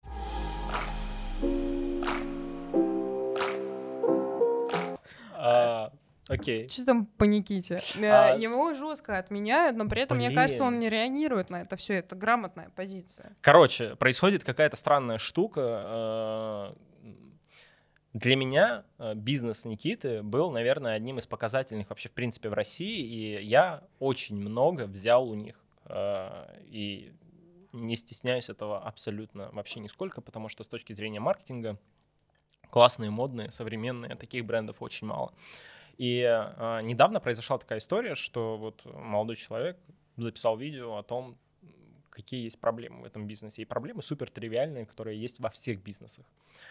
А, Окей. Что там по Никите? Э, А- Его жестко отменяют, но при этом, мне Блин. кажется, он не реагирует на это все. Это грамотная позиция. Короче, происходит какая-то странная штука. э, Для меня э, бизнес Никиты был, наверное, одним из показательных вообще, в принципе, в России, и я очень много взял у них. э, И не стесняюсь этого абсолютно вообще нисколько, потому что с точки зрения маркетинга классные, модные, современные, таких брендов очень мало. И э, недавно произошла такая история, что вот молодой человек записал видео о том, какие есть проблемы в этом бизнесе. И проблемы супер тривиальные, которые есть во всех бизнесах.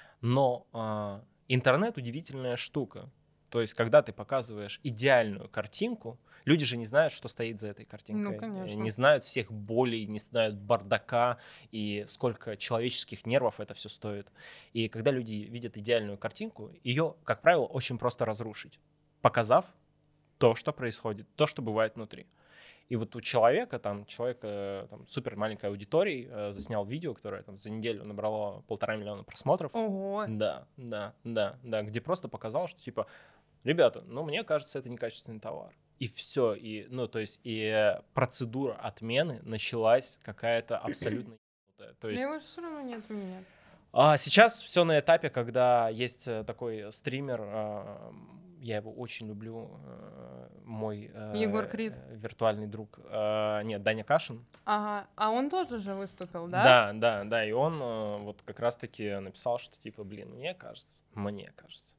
Но э, интернет удивительная штука. То есть, когда ты показываешь идеальную картинку, люди же не знают, что стоит за этой картинкой. Ну, конечно. Не знают всех болей, не знают бардака и сколько человеческих нервов это все стоит. И когда люди видят идеальную картинку, ее, как правило, очень просто разрушить, показав то, что происходит, то, что бывает внутри. И вот у человека, там, человек э, там, супер маленькой аудитории э, заснял видео, которое там за неделю набрало полтора миллиона просмотров. Ого. Да, да, да, да, где просто показал, что типа, ребята, ну мне кажется, это некачественный товар. И все, и, ну то есть и э, процедура отмены началась какая-то абсолютно ебанутая. То Но есть его же все равно не отменят. а сейчас все на этапе, когда есть э, такой стример, э, я его очень люблю, э, мой э, Егор Крид. э, виртуальный друг, э, нет, Даня Кашин. Ага. А он тоже же выступил, да? Да, да, да, и он э, вот как раз-таки написал, что типа, блин, мне кажется, мне кажется,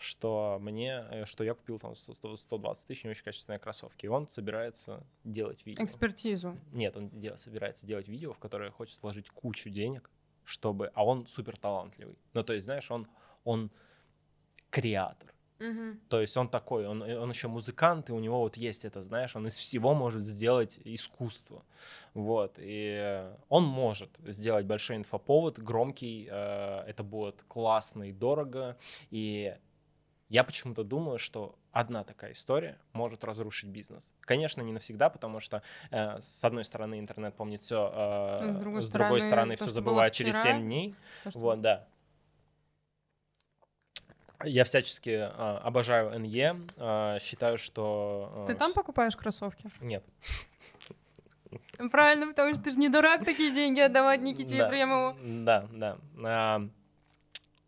что мне, э, что я купил там сто сто двадцать тысяч не очень качественные кроссовки, и он собирается делать видео. Экспертизу. Нет, он дел- собирается делать видео, в которое хочет сложить кучу денег, чтобы, а он супер талантливый. Ну, то есть, знаешь, он, он креатор. Мгм. То есть он такой, он, он еще музыкант, и у него вот есть это, знаешь, он из всего может сделать искусство. Вот, и он может сделать большой инфоповод, громкий, э, это будет классно и дорого, и я почему-то думаю, что одна такая история может разрушить бизнес. Конечно, не навсегда, потому что э, с одной стороны интернет помнит все, э, С другой с другой стороны, стороны то, все что было забывает через вчера, семь дней. То, что- Вот, да. Я всячески э, обожаю эн е, э, считаю, что... э, Ты там покупаешь кроссовки? Нет. Правильно, потому что ты же не дурак такие деньги отдавать Никите Да, Ефремову. Да, да. А,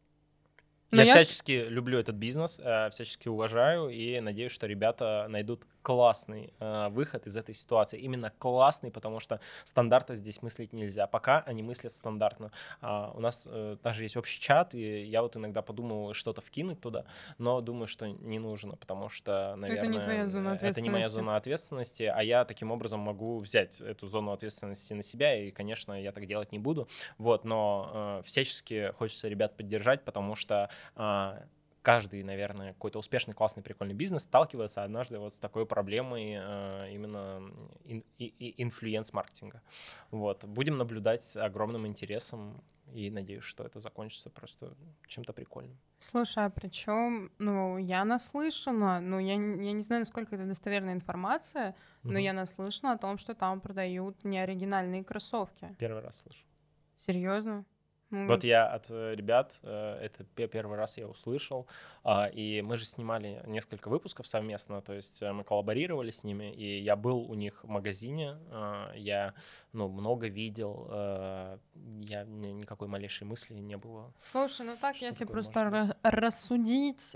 Но Я я- всячески люблю этот бизнес, э, всячески уважаю и надеюсь, что ребята найдут классный э, выход из этой ситуации. Именно классный, потому что стандарта здесь мыслить нельзя. Пока они мыслят стандартно. А, у нас э, даже есть общий чат, и я вот иногда подумал что-то вкинуть туда, но думаю, что не нужно, потому что, наверное... Это не твоя зона ответственности. Это не моя зона ответственности, а я таким образом могу взять эту зону ответственности на себя, и, конечно, я так делать не буду. Вот, но э, всячески хочется ребят поддержать, потому что... Э, каждый, наверное, какой-то успешный, классный, прикольный бизнес сталкивается однажды вот с такой проблемой э, именно ин, и, инфлюенс-маркетинга. Вот. Будем наблюдать с огромным интересом и надеюсь, что это закончится просто чем-то прикольным. Слушай, а причем, ну, я наслышана, ну, я, я не знаю, насколько это достоверная информация, но uh-huh. я наслышана о том, что там продают неоригинальные кроссовки. Первый раз слышу. Серьезно? Mm. Вот я от ребят, это первый раз я услышал, и мы же снимали несколько выпусков совместно, то есть мы коллаборировали с ними, и я был у них в магазине, я, ну, много видел, я, никакой малейшей мысли не было. Слушай, ну так, если просто ра- рассудить,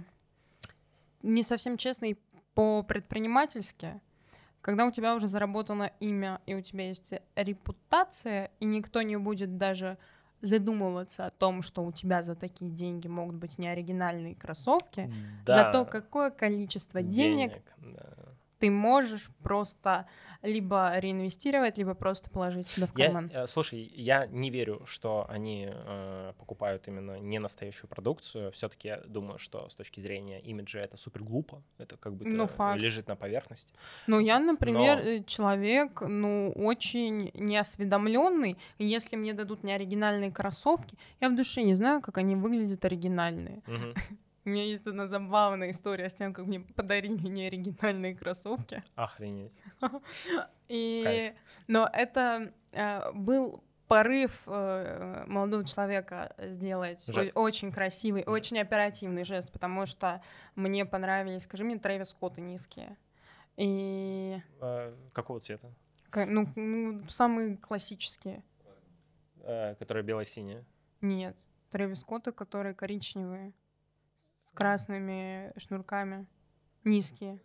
не совсем честно и по-предпринимательски, когда у тебя уже заработано имя, и у тебя есть репутация, и никто не будет даже задумываться о том, что у тебя за такие деньги могут быть неоригинальные кроссовки, да. За то, какое количество денег, денег да. ты можешь просто либо реинвестировать, либо просто положить себе в карман. Я, слушай, я не верю, что они э, покупают именно не настоящую продукцию. Все-таки я думаю, что с точки зрения имиджа это супер глупо. Это как бы ну, лежит на поверхности. Ну, я, например, Но... человек, ну, очень неосведомленный. И если мне дадут неоригинальные кроссовки, я в душе не знаю, как они выглядят оригинальные. Угу. У меня есть одна забавная история с тем, как мне подарили неоригинальные кроссовки. Охренеть. И... Кайф. Но это э, был порыв э, молодого человека сделать жест. Очень красивый, жест. Очень оперативный жест, потому что мне понравились, скажи мне, Трэвис Скотты низкие. И... А, какого цвета? К- ну, ну, самые классические. А, которые бело-синие? Нет, Трэвис Скотты, которые коричневые. С красными шнурками. Низкие.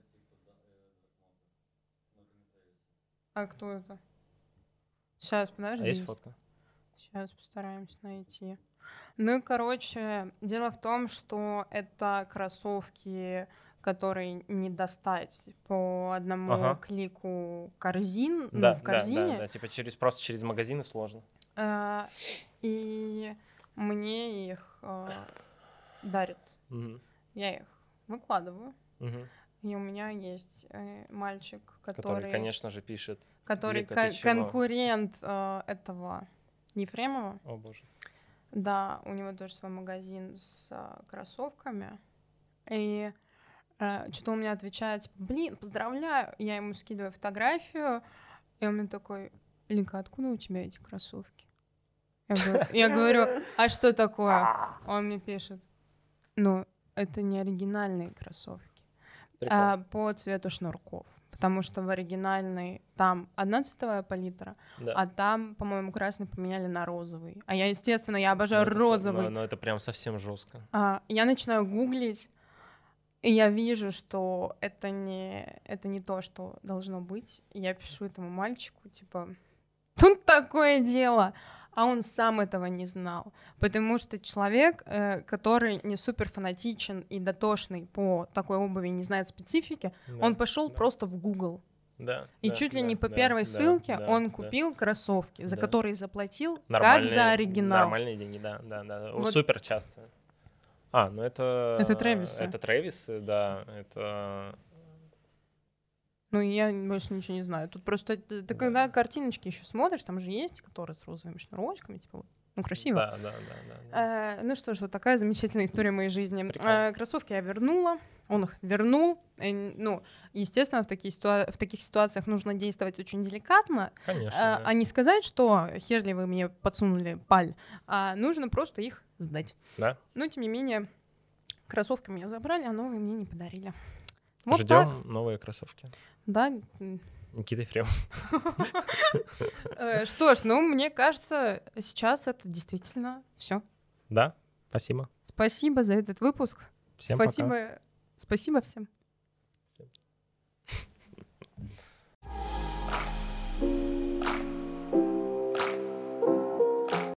А кто это? Сейчас, подожди. А есть фотка? Сейчас постараемся найти. Ну и, короче, дело в том, что это кроссовки, которые не достать по одному ага. клику корзин, да, ну, в корзине. Да, да, да, типа через, просто через магазины сложно. А, и мне их а, дарят. Угу. Я их выкладываю. Угу. И у меня есть э, мальчик, который... Который, конечно же, пишет. Который Вика, к- конкурент э, этого Ефремова. О, боже. Да, у него тоже свой магазин с э, кроссовками. И э, что-то он мне отвечает, типа, блин, поздравляю. Я ему скидываю фотографию, и он мне такой: Лика, откуда у тебя эти кроссовки? Я говорю, я говорю, а что такое? Он мне пишет: ну, это не оригинальные кроссовки. А, по цвету шнурков, потому что в оригинальной там одна цветовая палитра, да. А там, по-моему, красный поменяли на розовый. А я, естественно, я обожаю но розовый. Это, но, но это прям совсем жестко. А, я начинаю гуглить, и я вижу, что это не, это не то, что должно быть. И я пишу этому мальчику, типа, тут такое дело. А он сам этого не знал, потому что человек, э, который не супер фанатичен и дотошный по такой обуви, не знает специфики, да, он пошел да. просто в Google. Да, и да, чуть ли да, не по да, первой да, ссылке да, он да, купил да. кроссовки, за да. которые заплатил нормальные, как за оригинал. Нормальные деньги, да, да, да. Вот. Супер часто. А, ну это... Это Трэвис. Это Трэвис, да, это... Ну, я больше ничего не знаю. Тут просто ты, ты да. когда картиночки еще смотришь, там же есть, которые с розовыми шнурочками, типа вот. Ну, красиво. Да, да, да. да, да. А, ну что ж, вот такая замечательная история моей жизни. А, кроссовки я вернула, он их вернул. И, ну, естественно, в, такие ситуа- в таких ситуациях нужно действовать очень деликатно. Конечно. А, да. а не сказать, что хер ли вы мне подсунули паль, а нужно просто их сдать. Да. Но, тем не менее, кроссовки меня забрали, а новые мне не подарили. Вот Ждем так. новые кроссовки. Да. Никита Ефремов. Что ж, ну, мне кажется, сейчас это действительно все. Да, спасибо. Спасибо за этот выпуск. Всем спасибо, пока. Спасибо всем.